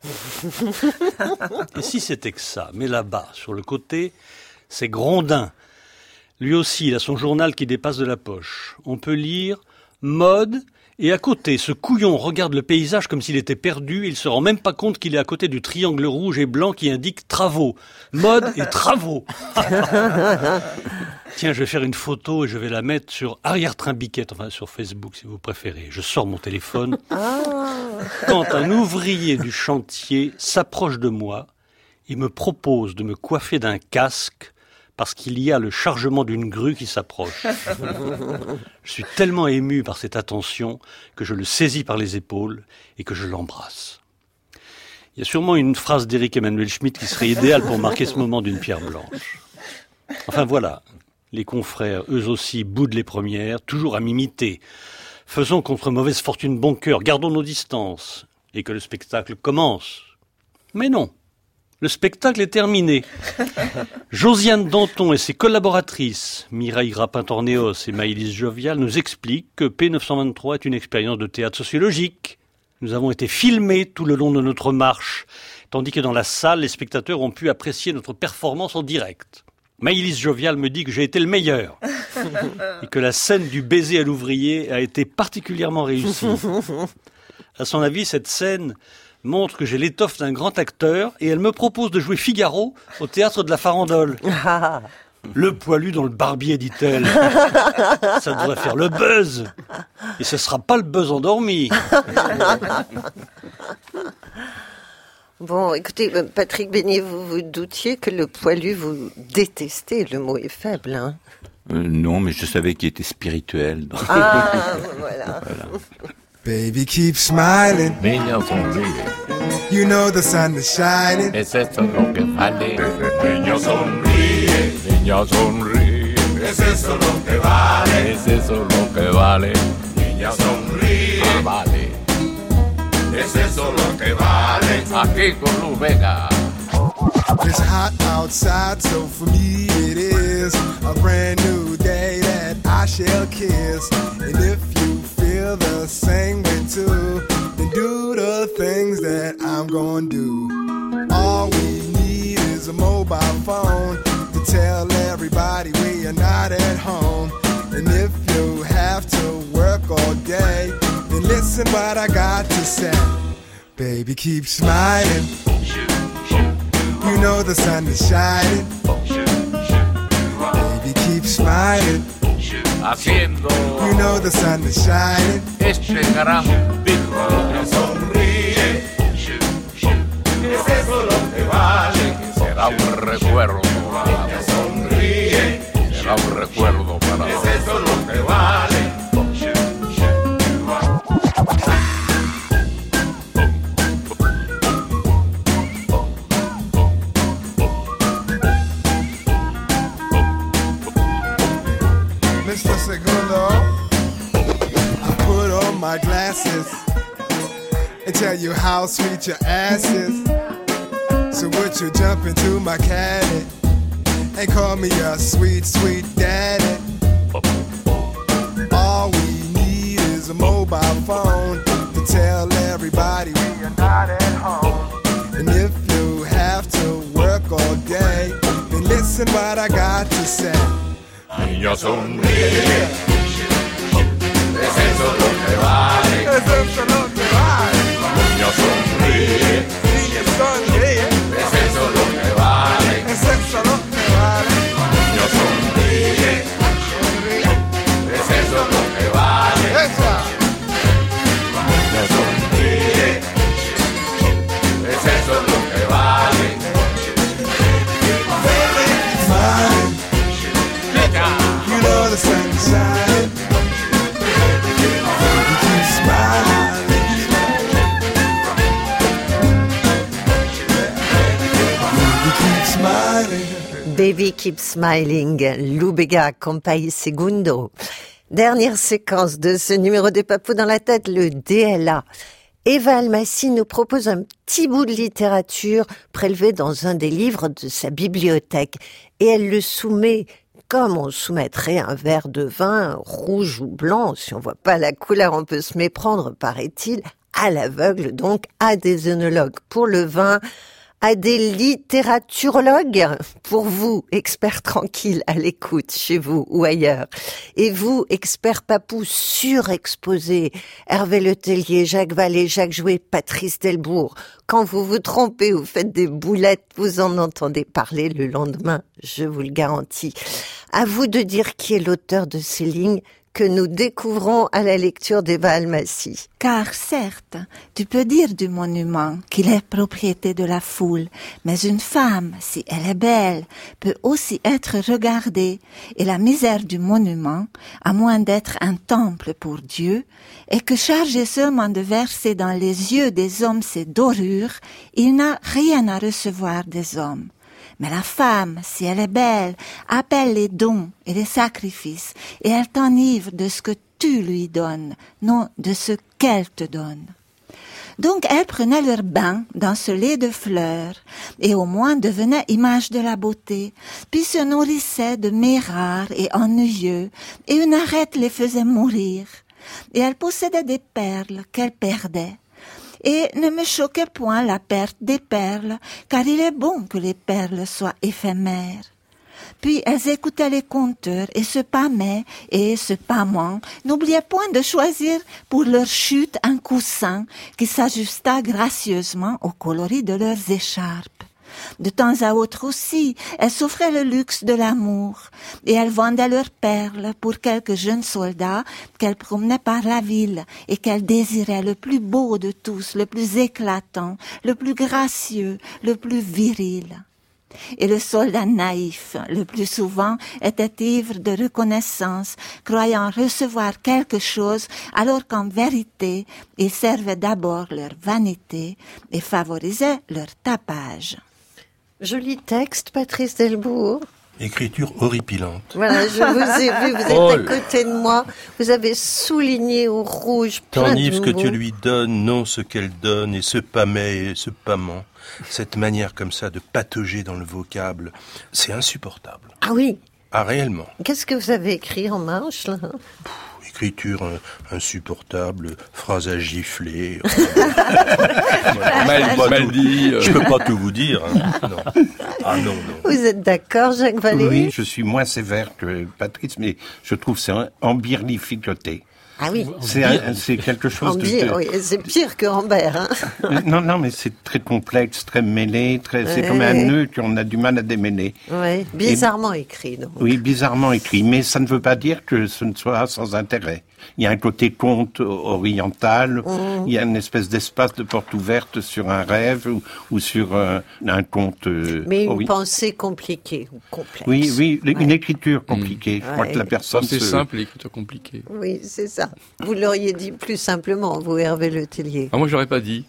Et si c'était que ça? Mais là-bas, sur le côté, c'est Grondin. Lui aussi, il a son journal qui dépasse de la poche. On peut lire « Mode ». Et à côté, ce couillon regarde le paysage comme s'il était perdu, il se rend même pas compte qu'il est à côté du triangle rouge et blanc qui indique travaux. Mode et travaux. Tiens, je vais faire une photo et je vais la mettre sur Arrière-train Biquette, enfin sur Facebook si vous préférez. Je sors mon téléphone. Quand un ouvrier du chantier s'approche de moi, il me propose de me coiffer d'un casque parce qu'il y a le chargement d'une grue qui s'approche. Je suis tellement ému par cette attention que je le saisis par les épaules et que je l'embrasse. Il y a sûrement une phrase d'Éric Emmanuel Schmitt qui serait idéale pour marquer ce moment d'une pierre blanche. Enfin voilà, les confrères, eux aussi, boudent les premières, toujours à m'imiter. Faisons contre mauvaise fortune bon cœur, gardons nos distances, et que le spectacle commence. Mais non, le spectacle est terminé. Josiane Danton et ses collaboratrices, Mireille Rapin-Tornéos et Maëlys Jovial, nous expliquent que P923 est une expérience de théâtre sociologique. Nous avons été filmés tout le long de notre marche, tandis que dans la salle, les spectateurs ont pu apprécier notre performance en direct. Maëlys Jovial me dit que j'ai été le meilleur et que la scène du baiser à l'ouvrier a été particulièrement réussie. À son avis, cette scène montre que j'ai l'étoffe d'un grand acteur et elle me propose de jouer Figaro au théâtre de la Farandole. Le poilu dans le barbier, dit-elle. Ça devrait faire le buzz. Et ce sera pas le buzz endormi. Bon, écoutez, Patrick Beignet, vous vous doutiez que le poilu vous détestait, le mot est faible, hein? Non, mais je savais qu'il était spirituel. Donc. Ah, voilà. Baby, keep smiling. Niña sonríe. You know the sun is shining. Es eso lo que vale. Niña sonríe. Niña sonríe. Es eso lo que vale. Es eso lo que vale. Niña sonríe. Ah, vale. Es eso lo que vale. Aquí con Luz Vega. It's hot outside, so for me it is a brand new day that I shall kiss. And if you feel the same way too, then do the things that I'm gonna do. All we need is a mobile phone to tell everybody we are not at home. And if you have to work all day, then listen what I got to say. Baby, keep smiling. You know the sun is shining. Baby, keep smiling. Haciendo You know the sun is shining. este gran pico. Sonríe. Es eso lo que vale. Será un recuerdo. Sonríe. Será un recuerdo para es eso lo que vale. Mr. Segundo, I put on my glasses and tell you how sweet your ass is. So would you jump into my caddy and call me a sweet, sweet daddy? All we need is a mobile phone to tell everybody we are not at home. And if you have to work all day, then listen what I got to say. Niña sonríe. Es eso lo que vale. Es eso lo que vale. Niña sonríe. Niña sonríe. Es eso lo que vale. Es eso lo que vale. Niña sonríe. Es eso lo que vale. Esa. Niña sonríe. Es eso lo que vale. Smile. You know the sun is shining. You keep smiling. You keep smiling. Baby Keep Smiling, Lou Bega, Compay Segundo. Dernière séquence de ce numéro des Papous dans la tête, le DLA. Eva Almassi nous propose un petit bout de littérature prélevé dans un des livres de sa bibliothèque. Et elle le soumet comme on soumettrait un verre de vin, rouge ou blanc. Si on voit pas la couleur, on peut se méprendre, paraît-il, à l'aveugle, donc à des œnologues pour le vin, à des littératurologues pour vous, experts tranquilles à l'écoute chez vous ou ailleurs. Et vous, experts papous surexposés, Hervé Letellier, Jacques Vallée, Jacques Jouet, Patrice Delbourg, quand vous vous trompez ou faites des boulettes, vous en entendez parler le lendemain, je vous le garantis. À vous de dire qui est l'auteur de ces lignes que nous découvrons à la lecture d'Eva Almasy. Car certes, tu peux dire du monument qu'il est propriété de la foule, mais une femme, si elle est belle, peut aussi être regardée, et la misère du monument, à moins d'être un temple pour Dieu, est que chargé seulement de verser dans les yeux des hommes ses dorures, il n'a rien à recevoir des hommes. Mais la femme, si elle est belle, appelle les dons et les sacrifices, et elle t'enivre de ce que tu lui donnes, non de ce qu'elle te donne. Donc elles prenaient leur bain dans ce lait de fleurs, et au moins devenaient image de la beauté, puis se nourrissaient de mets rares et ennuyeux, et une arête les faisait mourir. Et elles possédaient des perles qu'elles perdaient. Et ne me choquait point la perte des perles, car il est bon que les perles soient éphémères. Puis elles écoutaient les conteurs et se pâmaient et se pâmant, n'oubliaient point de choisir pour leur chute un coussin qui s'ajusta gracieusement au coloris de leurs écharpes. De temps à autre aussi, elles s'offraient le luxe de l'amour, et elles vendaient leurs perles pour quelques jeunes soldats qu'elles promenaient par la ville, et qu'elles désiraient le plus beau de tous, le plus éclatant, le plus gracieux, le plus viril. Et le soldat naïf, le plus souvent, était ivre de reconnaissance, croyant recevoir quelque chose, alors qu'en vérité, il servait d'abord leur vanité et favorisait leur tapage. Joli texte, Patrice Delbourg. Écriture horripilante. Voilà, je vous ai vu, vous êtes à côté de moi, vous avez souligné au rouge plein de mots. T'enivre ce que tu lui donnes, non ce qu'elle donne, et ce pâmet et ce pâment. Cette manière comme ça de patauger dans le vocable, c'est insupportable. Ah oui. Ah, réellement. Qu'est-ce que vous avez écrit en marche, là? Écriture insupportable, phrase à gifler. mal dit. Je peux pas tout vous dire. Hein. Non. Ah non. Vous êtes d'accord, Jacques Vallée? Oui, je suis moins sévère que Patrice, mais je trouve que c'est embirlificoté. Ah oui. C'est quelque chose oui, c'est pire que Rambert. Hein. Non, mais c'est très complexe, très mêlé, c'est comme un nœud qu'on a du mal à démêler. Oui, bizarrement écrit. Donc. Oui, bizarrement écrit, mais ça ne veut pas dire que ce ne soit sans intérêt. Il y a un côté conte oriental, il y a une espèce d'espace de porte ouverte sur un rêve ou sur un conte... mais une pensée compliquée ou complexe. Oui, une écriture compliquée. Je crois que la personne... C'est simple, l'écriture compliquée. Oui, c'est ça. Vous l'auriez dit plus simplement, vous, Hervé Le Tellier. Ah, moi, je l'aurais pas dit.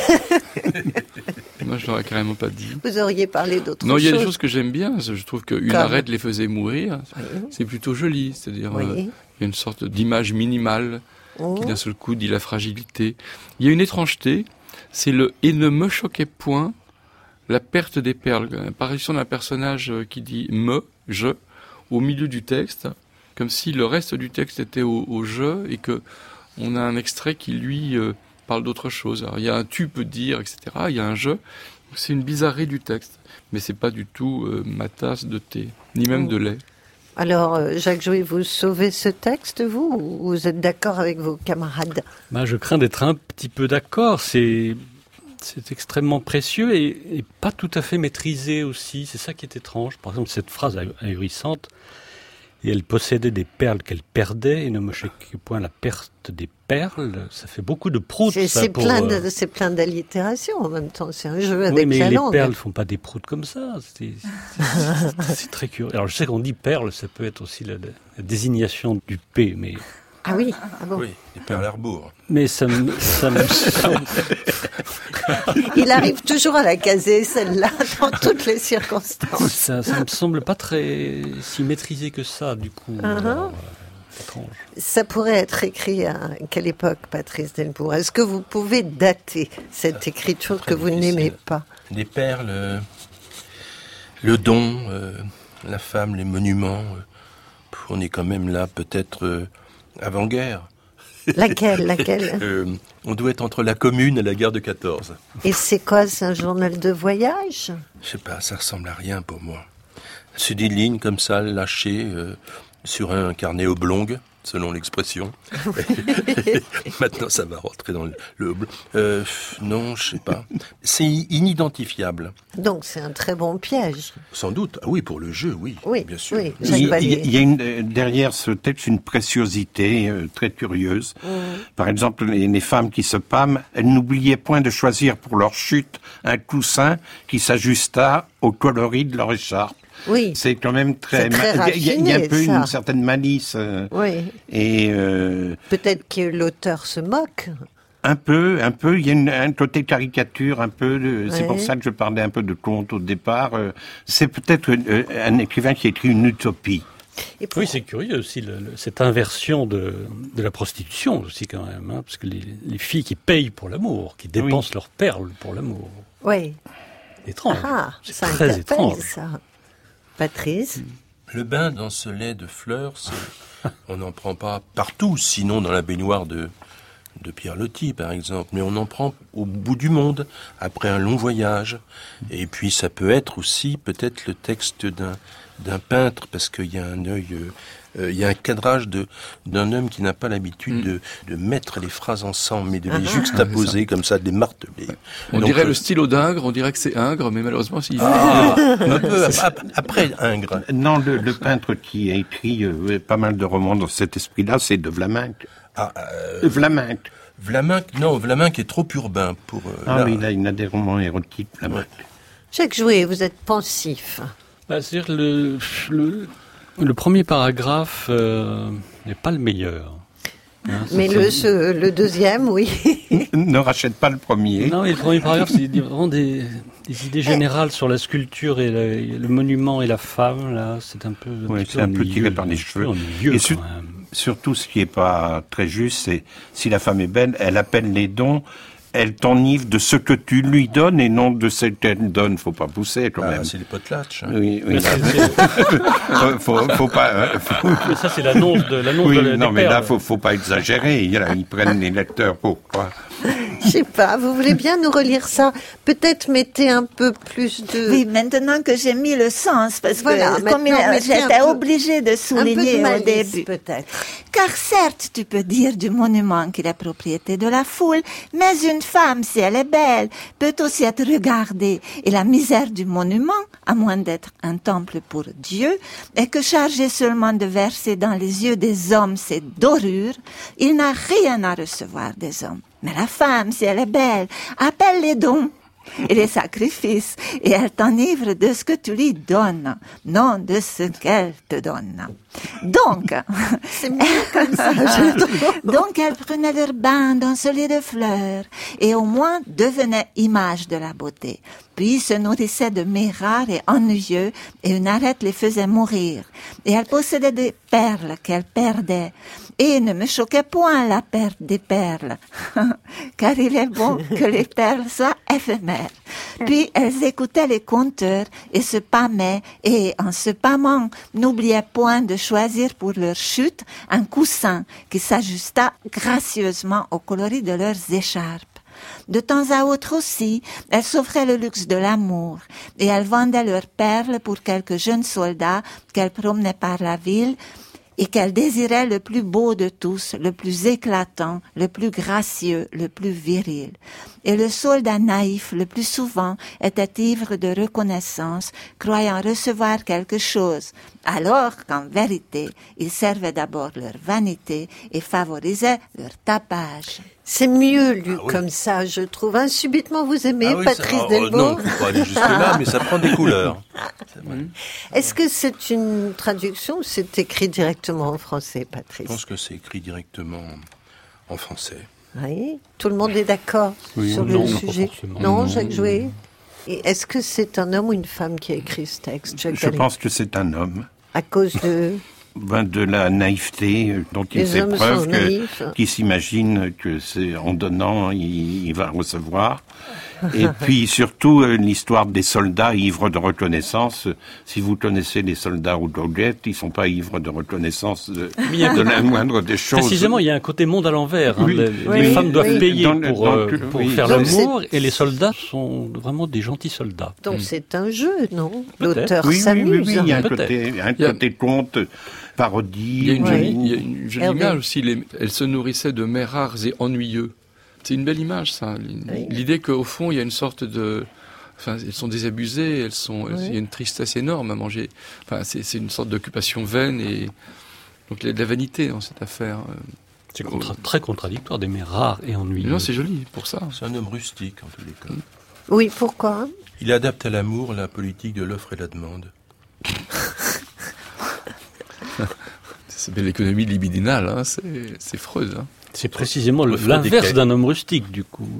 Moi, je l'aurais carrément pas dit. Vous auriez parlé d'autres choses. Non, il y a des choses que j'aime bien. Je trouve qu'une arête les faisait mourir. C'est plutôt joli. C'est-à-dire, il y a une sorte d'image minimale qui, d'un seul coup, dit la fragilité. Il y a une étrangeté. C'est le « et ne me choquait point » la perte des perles. L'apparition d'un personnage qui dit « je » au milieu du texte, comme si le reste du texte était au « je » et que on a un extrait qui, lui... parle d'autre chose. Alors, il y a un tu peux dire, etc. Il y a un je. C'est une bizarrerie du texte. Mais c'est pas du tout ma tasse de thé, ni même de lait. Alors, Jacques Jouy, vous sauvez ce texte, vous, ou vous êtes d'accord avec vos camarades? Je crains d'être un petit peu d'accord. C'est extrêmement précieux et pas tout à fait maîtrisé aussi. C'est ça qui est étrange. Par exemple, cette phrase ahurissante. Et elle possédait des perles qu'elle perdait et ne me choquait point la perte des perles. Ça fait beaucoup de proutes. C'est plein d'allitération en même temps. C'est un jeu avec la langue. Oui, mais les perles font pas des proutes comme ça. C'est très curieux. Alors je sais qu'on dit perles, ça peut être aussi la désignation du P, mais... Ah oui, bon. Oui, les perles Harbour. Mais ça me semble... Il arrive toujours à la caser, celle-là, dans toutes les circonstances. Ça me semble pas très si maîtrisé que ça, du coup. Étrange. Ça pourrait être écrit à quelle époque, Patrice Delbourg? Est-ce que vous pouvez dater cette écriture que vous n'aimez pas? Les perles, le don, la femme, les monuments. On est quand même là, peut-être avant-guerre. Laquelle On doit être entre la Commune et la guerre de 14. Et c'est quoi, c'est un journal de voyage? Je sais pas, ça ressemble à rien pour moi. C'est des lignes comme ça, lâchées sur un carnet oblong. selon l'expression. Maintenant, ça va rentrer dans le non, je sais pas. C'est inidentifiable. Donc, c'est un très bon piège. Sans doute. Ah oui, pour le jeu, oui. Oui, bien sûr. oui. Il y a derrière ce texte une préciosité très curieuse. Par exemple, les femmes qui se pâment, elles n'oubliaient point de choisir pour leur chute un coussin qui s'ajusta au coloris de leur écharpe. Oui. C'est quand même très raffiné, il y a un peu une certaine malice. Oui. Et peut-être que l'auteur se moque. Un peu. Il y a un côté caricature, un peu. C'est pour ça que je parlais un peu de conte au départ. C'est peut-être un écrivain qui écrit une utopie. Oui, c'est curieux aussi, cette inversion de la prostitution aussi quand même, hein, parce que les filles qui payent pour l'amour, qui dépensent leurs perles pour l'amour. Oui. Étrange. Ah, c'est ça très interpelle, étrange. ça. Patrice? Le bain dans ce lait de fleurs, on n'en prend pas partout, sinon dans la baignoire de Pierre Loti, par exemple. Mais on en prend au bout du monde, après un long voyage. Et puis ça peut être aussi peut-être le texte d'un peintre, parce qu'il y a un œil... il y a un cadrage d'un homme qui n'a pas l'habitude de mettre les phrases ensemble, mais de les juxtaposer comme ça, de les marteler. On dirait le stylo d'Ingres, on dirait que c'est Ingres, mais malheureusement, un peu après Ingres. Non, le peintre qui a écrit pas mal de romans dans cet esprit-là, c'est de Vlaminck. Vlaminck. Vlaminck est trop urbain pour... mais il a des romans érotiques, Vlaminck. Jacques Jouet, vous êtes pensif. C'est-à-dire le premier paragraphe n'est pas le meilleur. Hein, mais le deuxième, oui. Ne rachète pas le premier. Non, mais le premier paragraphe, c'est vraiment des idées générales sur la sculpture et le monument et la femme. Là, c'est un peu. C'est un peu tiré par les cheveux. Et surtout, ce qui est pas très juste, c'est si la femme est belle, elle appelle les dons. Elle t'enivre de ce que tu lui donnes et non de ce qu'elle donne. Faut pas pousser, quand même. C'est les potlatches. Oui. faut pas. Mais ça, c'est l'annonce de non, mais là, faut pas exagérer. Ils prennent les lecteurs pour quoi. Je sais pas, vous voulez bien nous relire ça? Peut-être mettez un peu plus de... Oui, maintenant que j'ai mis le sens, parce que comme j'étais obligée de souligner au début. Peut-être. Car certes, tu peux dire du monument qu'il est propriété de la foule, mais une femme, si elle est belle, peut aussi être regardée. Et la misère du monument, à moins d'être un temple pour Dieu, est que chargé seulement de verser dans les yeux des hommes ses dorures, il n'a rien à recevoir des hommes. Mais la femme, si elle est belle, appelle les dons et les sacrifices, et elle t'enivre de ce que tu lui donnes, non de ce qu'elle te donne. Donc, c'est mieux comme ça, je trouve. Donc, elle prenait leur bain dans ce lit de fleurs, et au moins devenait image de la beauté. Puis se nourrissait de mets rares et ennuyeux, et une arête les faisait mourir. Et elle possédait des perles qu'elle perdait. Et ne me choquait point la perte des perles, car il est bon que les perles soient éphémères. Puis elles écoutaient les conteurs et se pâmaient, et en se pâmant, n'oubliaient point de choisir pour leur chute un coussin qui s'ajusta gracieusement au coloris de leurs écharpes. De temps à autre aussi, elles s'offraient le luxe de l'amour, et elles vendaient leurs perles pour quelques jeunes soldats qu'elles promenaient par la ville, et qu'elle désirait le plus beau de tous, le plus éclatant, le plus gracieux, le plus viril. Et le soldat naïf, le plus souvent, était ivre de reconnaissance, croyant recevoir quelque chose, alors qu'en vérité, il servait d'abord leur vanité et favorisait leur tapage. C'est mieux lu comme ça, je trouve. Hein, subitement, vous aimez Patrice Delbo? Non, faut pas aller jusque-là, mais ça prend des couleurs. Est-ce que c'est une traduction ou c'est écrit directement en français, Patrice? Je pense que c'est écrit directement en français. Oui, tout le monde est d'accord sur le sujet. Non, Jacques Jouet? Et est-ce que c'est un homme ou une femme qui a écrit ce texte, Jacques Je pense que c'est un homme. À cause de... de la naïveté dont il fait preuve, qui s'imagine que c'est en donnant, il va recevoir. Et puis surtout l'histoire des soldats ivres de reconnaissance. Si vous connaissez les soldats roudoguettes, ils sont pas ivres de reconnaissance de la moindre des choses. Précisément, il y a un côté monde à l'envers. Hein. Oui. Les femmes doivent payer pour oui. faire Donc l'amour, et les soldats sont vraiment des gentils soldats. Donc c'est un jeu, non? Peut-être. L'auteur s'amuse. Oui, il y a un côté conte, parodie. Il y a une jolie image aussi. Elles se nourrissaient de mets rares et ennuyeux. C'est une belle image, ça. L'idée qu'au fond, il y a une sorte de... Enfin, elles sont désabusées, il y a une tristesse énorme à manger. Enfin, c'est une sorte d'occupation vaine, et donc il y a de la vanité dans cette affaire. C'est très contradictoire, des mets rares et ennuyeux. Non, c'est joli, pour ça. C'est un homme rustique, en tous les cas. Oui, pourquoi? Il adapte à l'amour la politique de l'offre et la demande. C'est belle l'économie libidinale, hein. C'est Freud. Hein. C'est précisément l'inverse d'un homme rustique, du coup.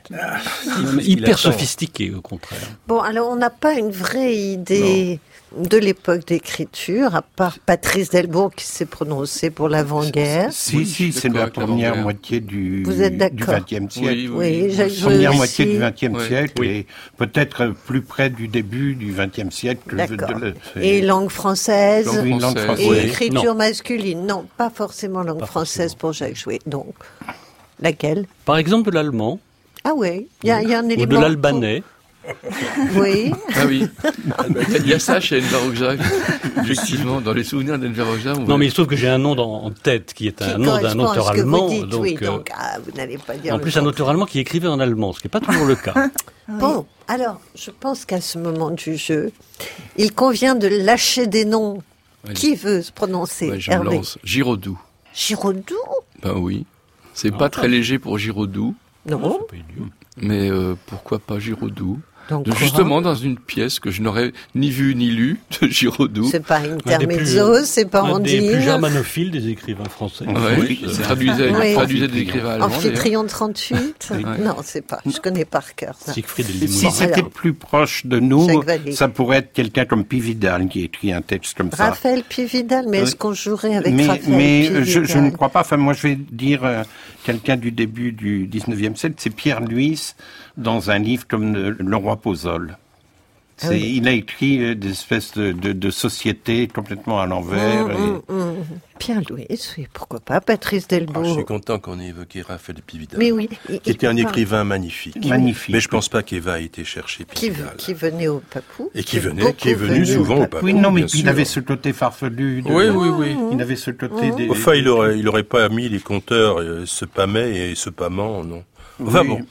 Hyper sophistiqué, au contraire. Bon, alors on n'a pas une vraie idée de l'époque d'écriture, à part Patrice Delbourg qui s'est prononcé pour l'avant-guerre. Si, c'est la première moitié du XXe siècle. Oui, Jacques Jouet première aussi. moitié du XXe siècle et peut-être plus près du début du XXe siècle. D'accord. Et langue française, langue française. et écriture masculine. Non, pas forcément langue française pour Jacques Jouet. Donc, laquelle? Par exemple, de l'allemand. Ah oui, il y a un élément. Ou de l'albanais. Oui. Ah oui. Il y a ça chez Enver Hoxha. Effectivement, dans les souvenirs d'Enver Hoxha. Non, mais il se trouve que j'ai un nom en tête qui est un nom d'un auteur allemand. Donc, vous n'allez pas dire. En plus, un auteur allemand qui écrivait en allemand, ce qui n'est pas toujours le cas. Bon, alors, je pense qu'à ce moment du jeu, il convient de lâcher des noms. Oui. Qui veut se prononcer? Je me lance. Giraudoux. Giraudoux? Ben oui. C'est pas très léger pour Giraudoux. Non. Mais pourquoi pas Giraudoux? Justement dans une pièce que je n'aurais ni vue ni lue de Giraudoux. C'est pas intermezzo, c'est pas un des Andine. plus germanophiles des écrivains français. Oui, traduisait des écrivains allemands. Amphitryon 38. Non, c'est pas. Je connais par cœur. Ça. Si c'était plus proche de nous, ça pourrait être quelqu'un comme Pividal qui écrit un texte comme ça. Raphaël Pividal, mais est-ce qu'on jouerait avec Raphaël Pividal? Je ne crois pas. Enfin, moi, je vais dire quelqu'un du début du 19e siècle, c'est Pierre Luis dans un livre comme Le Roi Pozole. Il a écrit des espèces de sociétés complètement à l'envers. Pierre Louis, oui, pourquoi pas, Patrice Delbourg. Je suis content qu'on ait évoqué Raphaël Pividal. Mais oui. Qui était un écrivain magnifique. Mais je pense pas qu'Eva ait été chercher Pividal. Qui venait au Papou. Et qui est venu souvent au Papou. Oui, non, mais il avait ce côté farfelu. Oui. Il avait ce côté des... Enfin, il aurait pas mis les compteurs, ce Pamet et ce Pamant, non. Enfin bon.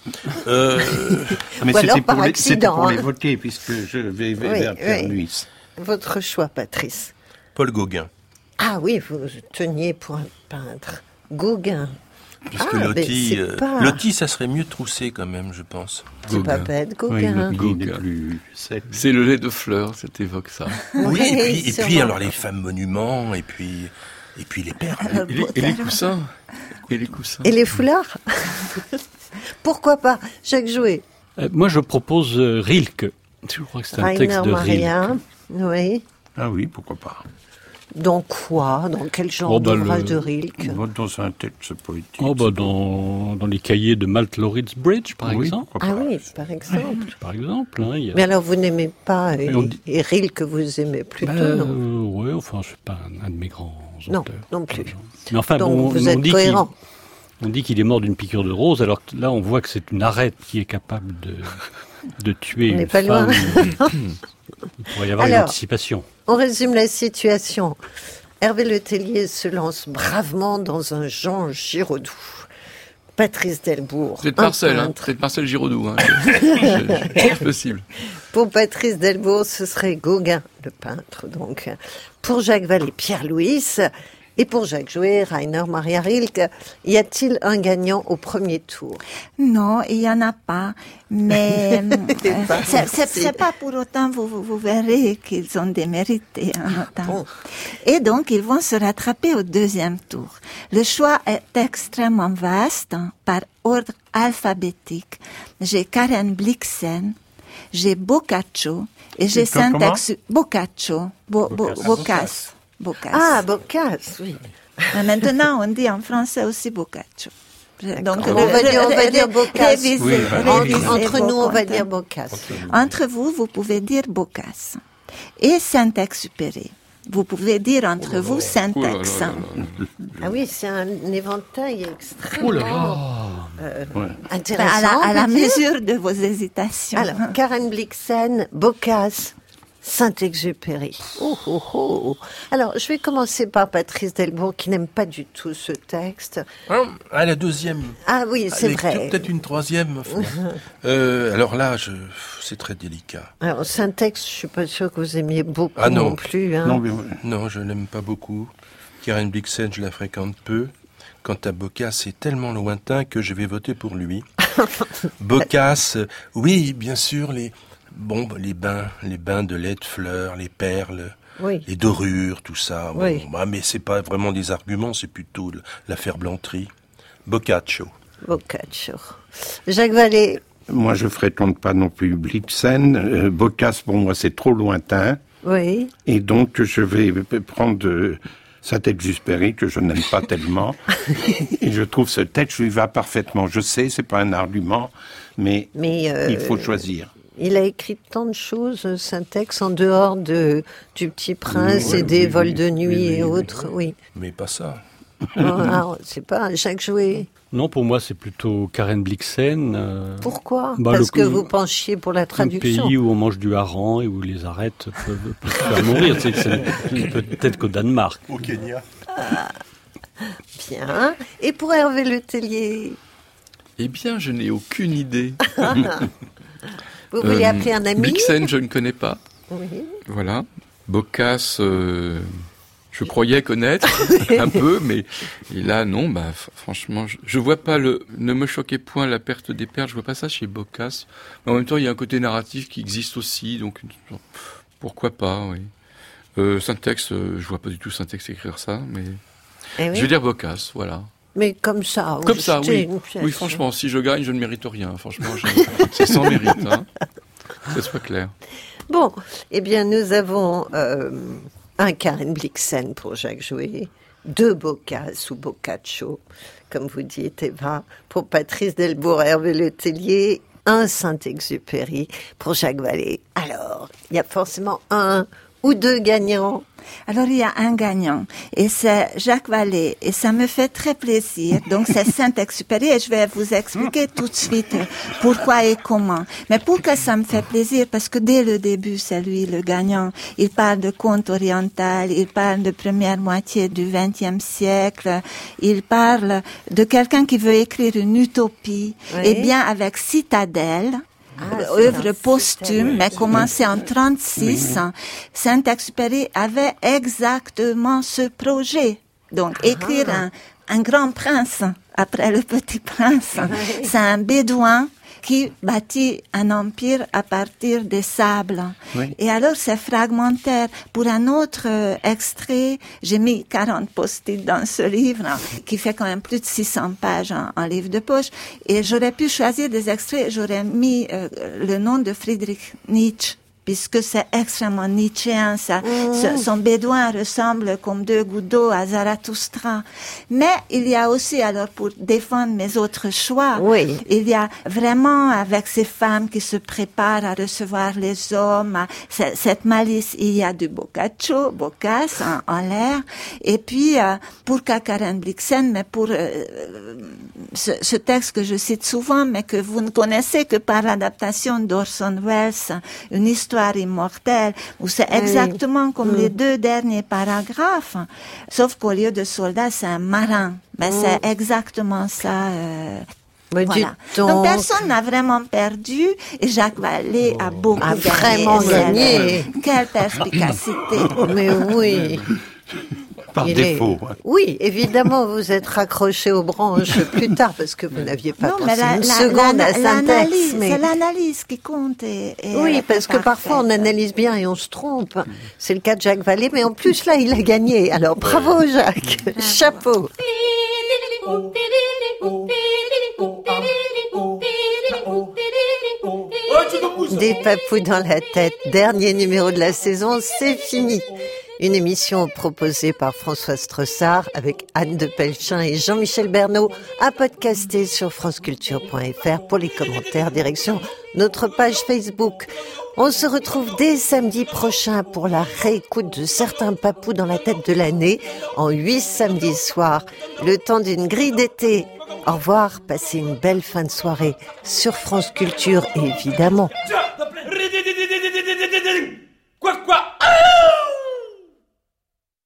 Mais c'était pour l'évoquer, puisque je vais vers Pierre Luis. Votre choix, Patrice. Paul Gauguin. Ah oui, vous teniez pour un peintre. Gauguin. Puisque Loti, ça serait mieux troussé quand même, je pense. C'est pas bête, Gauguin. C'est le lait de fleurs, ça t'évoque ça. Oui, et puis alors les femmes monuments, et puis les perles. Et les coussins. Et les coussins. Et les foulards. Pourquoi pas? Jacques Jouet. Moi, je propose Rilke. Je crois que c'est un texte de Rilke. Oui. Ah oui, pourquoi pas. Dans quoi? Dans quel genre d'ouvrage de Rilke? Dans un texte poétique. Dans les cahiers de Malt Lauritz Bridge, par exemple. Ah oui, par exemple. Par exemple. Hein, Mais alors, vous n'aimez pas, et Rilke, vous aimez plutôt, non? Oui, enfin, c'est pas un de mes grands auteurs. Non plus. Mais enfin, donc, vous êtes cohérent. On dit qu'il est mort d'une piqûre de rose, alors que là, on voit que c'est une arête qui est capable de tuer une femme. Loin. Il pourrait y avoir une anticipation. On résume la situation. Hervé Letellier se lance bravement dans un Jean Giraudoux. Patrice Delbourg. C'est Marcel Giraudoux. C'est possible. Pour Patrice Delbourg, ce serait Gauguin, le peintre, donc. Pour Jacques Vallée, Pierre Louis. Et pour Jacques Jouet, Rainer Maria Rilke, y a-t-il un gagnant au premier tour? Non, il n'y en a pas. Mais c'est pas pour autant, vous verrez qu'ils ont démérité. Et donc, ils vont se rattraper au deuxième tour. Le choix est extrêmement vaste, par ordre alphabétique. J'ai Karen Blixen, j'ai Boccaccio, et j'ai Saint-Exupéry. Boccaccio. Boccace. Ah, Boccace, oui. Mais maintenant, on dit en français aussi Boccaccio. Donc, on va dire Boccace. Entre vos nous, on va comptes. dire Boccace. Entre vous, vous pouvez dire Boccace. Et Saint-Exupéry. Vous pouvez dire entre vous Saint-Ex. Ah oui, c'est un éventail extrêmement intéressant. À la on peut dire. mesure de vos hésitations. Alors, Karen Blixen, Boccace, Saint-Exupéry. Alors, je vais commencer par Patrice Delbourg, qui n'aime pas du tout ce texte. Ah, la deuxième. Ah oui, c'est lecture, vrai. Peut-être une troisième. Enfin. Alors là, c'est très délicat. Alors, c'est un texte, je suis pas sûre que vous aimiez beaucoup non plus. Hein. Non, je l'aime pas beaucoup. Karen Blixen, je la fréquente peu. Quant à Boccace, c'est tellement lointain que je vais voter pour lui. Boccace, oui, bien sûr, les bains de lait de fleurs, les perles, les dorures, tout ça. Oui. Bon, mais c'est pas vraiment des arguments, c'est plutôt la ferblanterie. Boccaccio. Jacques Vallée. Moi, je fréquente pas non plus Blixen. Boccace, pour moi, c'est trop lointain. Oui. Et donc, je vais prendre Saint-Exupéry, que je n'aime pas tellement. Et je trouve ce texte lui va parfaitement. Je sais, c'est pas un argument, mais il faut choisir. Il a écrit tant de choses, Saint-Ex, en dehors du Petit Prince et des vols de nuit et autres. Oui. Mais pas ça. C'est pas Jacques Jouet. Non, pour moi, c'est plutôt Karen Blixen. Pourquoi Parce que vous penchiez pour la traduction. Un pays où on mange du hareng et où les arêtes peuvent faire mourir. C'est peut-être qu'au Danemark. Au Kenya. Bien. Et pour Hervé Le Tellier? Eh bien, je n'ai aucune idée. Vous voulez appeler un ami? Blixen, je ne connais pas. Oui. Voilà. Boccace, je croyais connaître un peu, mais et là, non, franchement, je vois pas ne me choquez point la perte des perles, je vois pas ça chez Boccace. Mais en même temps, il y a un côté narratif qui existe aussi, donc pourquoi pas, oui. Saint-Ex, je vois pas du tout Saint-Ex écrire ça, mais je vais dire Boccace, voilà. Mais comme ça, oui. Oui, franchement, si je gagne, je ne mérite rien. Franchement, c'est sans mérite, hein. Que ce soit clair. Bon, eh bien, nous avons un Karen Blixen pour Jacques Jouet, 2 Boccace ou Boccaccio, comme vous dites, Eva, pour Patrice Delbourg, Hervé Le Tellier, un Saint-Exupéry pour Jacques Vallée. Alors, il y a forcément un ou 2 gagnants. Alors, il y a un gagnant, et c'est Jacques Vallée, et ça me fait très plaisir. Donc, c'est Saint-Exupéry, et je vais vous expliquer tout de suite pourquoi et comment. Mais pourquoi ça me fait plaisir? Parce que dès le début, c'est lui le gagnant. Il parle de conte oriental, il parle de première moitié du XXe siècle, il parle de quelqu'un qui veut écrire une utopie, et bien avec Citadelle, œuvre posthume, mais commencée en 1936, Saint-Exupéry avait exactement ce projet. Donc, écrire un grand prince après le petit prince. C'est un bédouin qui bâtit un empire à partir des sables. Oui. Et alors, c'est fragmentaire. Pour un autre extrait, j'ai mis 40 post-it dans ce livre, qui fait quand même plus de 600 pages en livre de poche. Et j'aurais pu choisir des extraits, j'aurais mis le nom de Friedrich Nietzsche, puisque c'est extrêmement nietzschéen, ça. Son bédouin ressemble comme 2 gouttes d'eau à Zarathustra. Mais il y a aussi, alors pour défendre mes autres choix, il y a vraiment avec ces femmes qui se préparent à recevoir les hommes, cette malice, il y a du Boccaccio, Boccace en l'air, et puis pour Karen Blixen, mais pour ce texte que je cite souvent, mais que vous ne connaissez que par l'adaptation d'Orson Welles, une histoire immortelle, où c'est exactement comme les 2 derniers paragraphes, sauf qu'au lieu de soldat, c'est un marin. Mais c'est exactement ça. Voilà. Donc personne n'a vraiment perdu, et Jacques Vallée a beaucoup gagné. Vraiment gagné. Quelle perspicacité. Mais oui. Par défaut. Oui, évidemment, vous êtes raccroché aux branches plus tard, parce que vous n'aviez pas pensé une seconde à Saint-Ex. C'est l'analyse qui compte. Oui, parce que parfois on analyse bien et on se trompe. C'est le cas de Jacques Vallée, mais en plus là, il a gagné. Alors bravo Jacques, chapeau. Des papous dans la tête, dernier numéro de la saison, c'est fini. Une émission proposée par François Stressart avec Anne de Pelchin et Jean-Michel Bernot, à podcaster sur franceculture.fr. Pour les commentaires, direction notre page Facebook. On se retrouve dès samedi prochain pour la réécoute de certains papous dans la tête de l'année, en 8 samedis soirs, le temps d'une grille d'été. Au revoir, passez une belle fin de soirée sur France Culture, évidemment. Quoi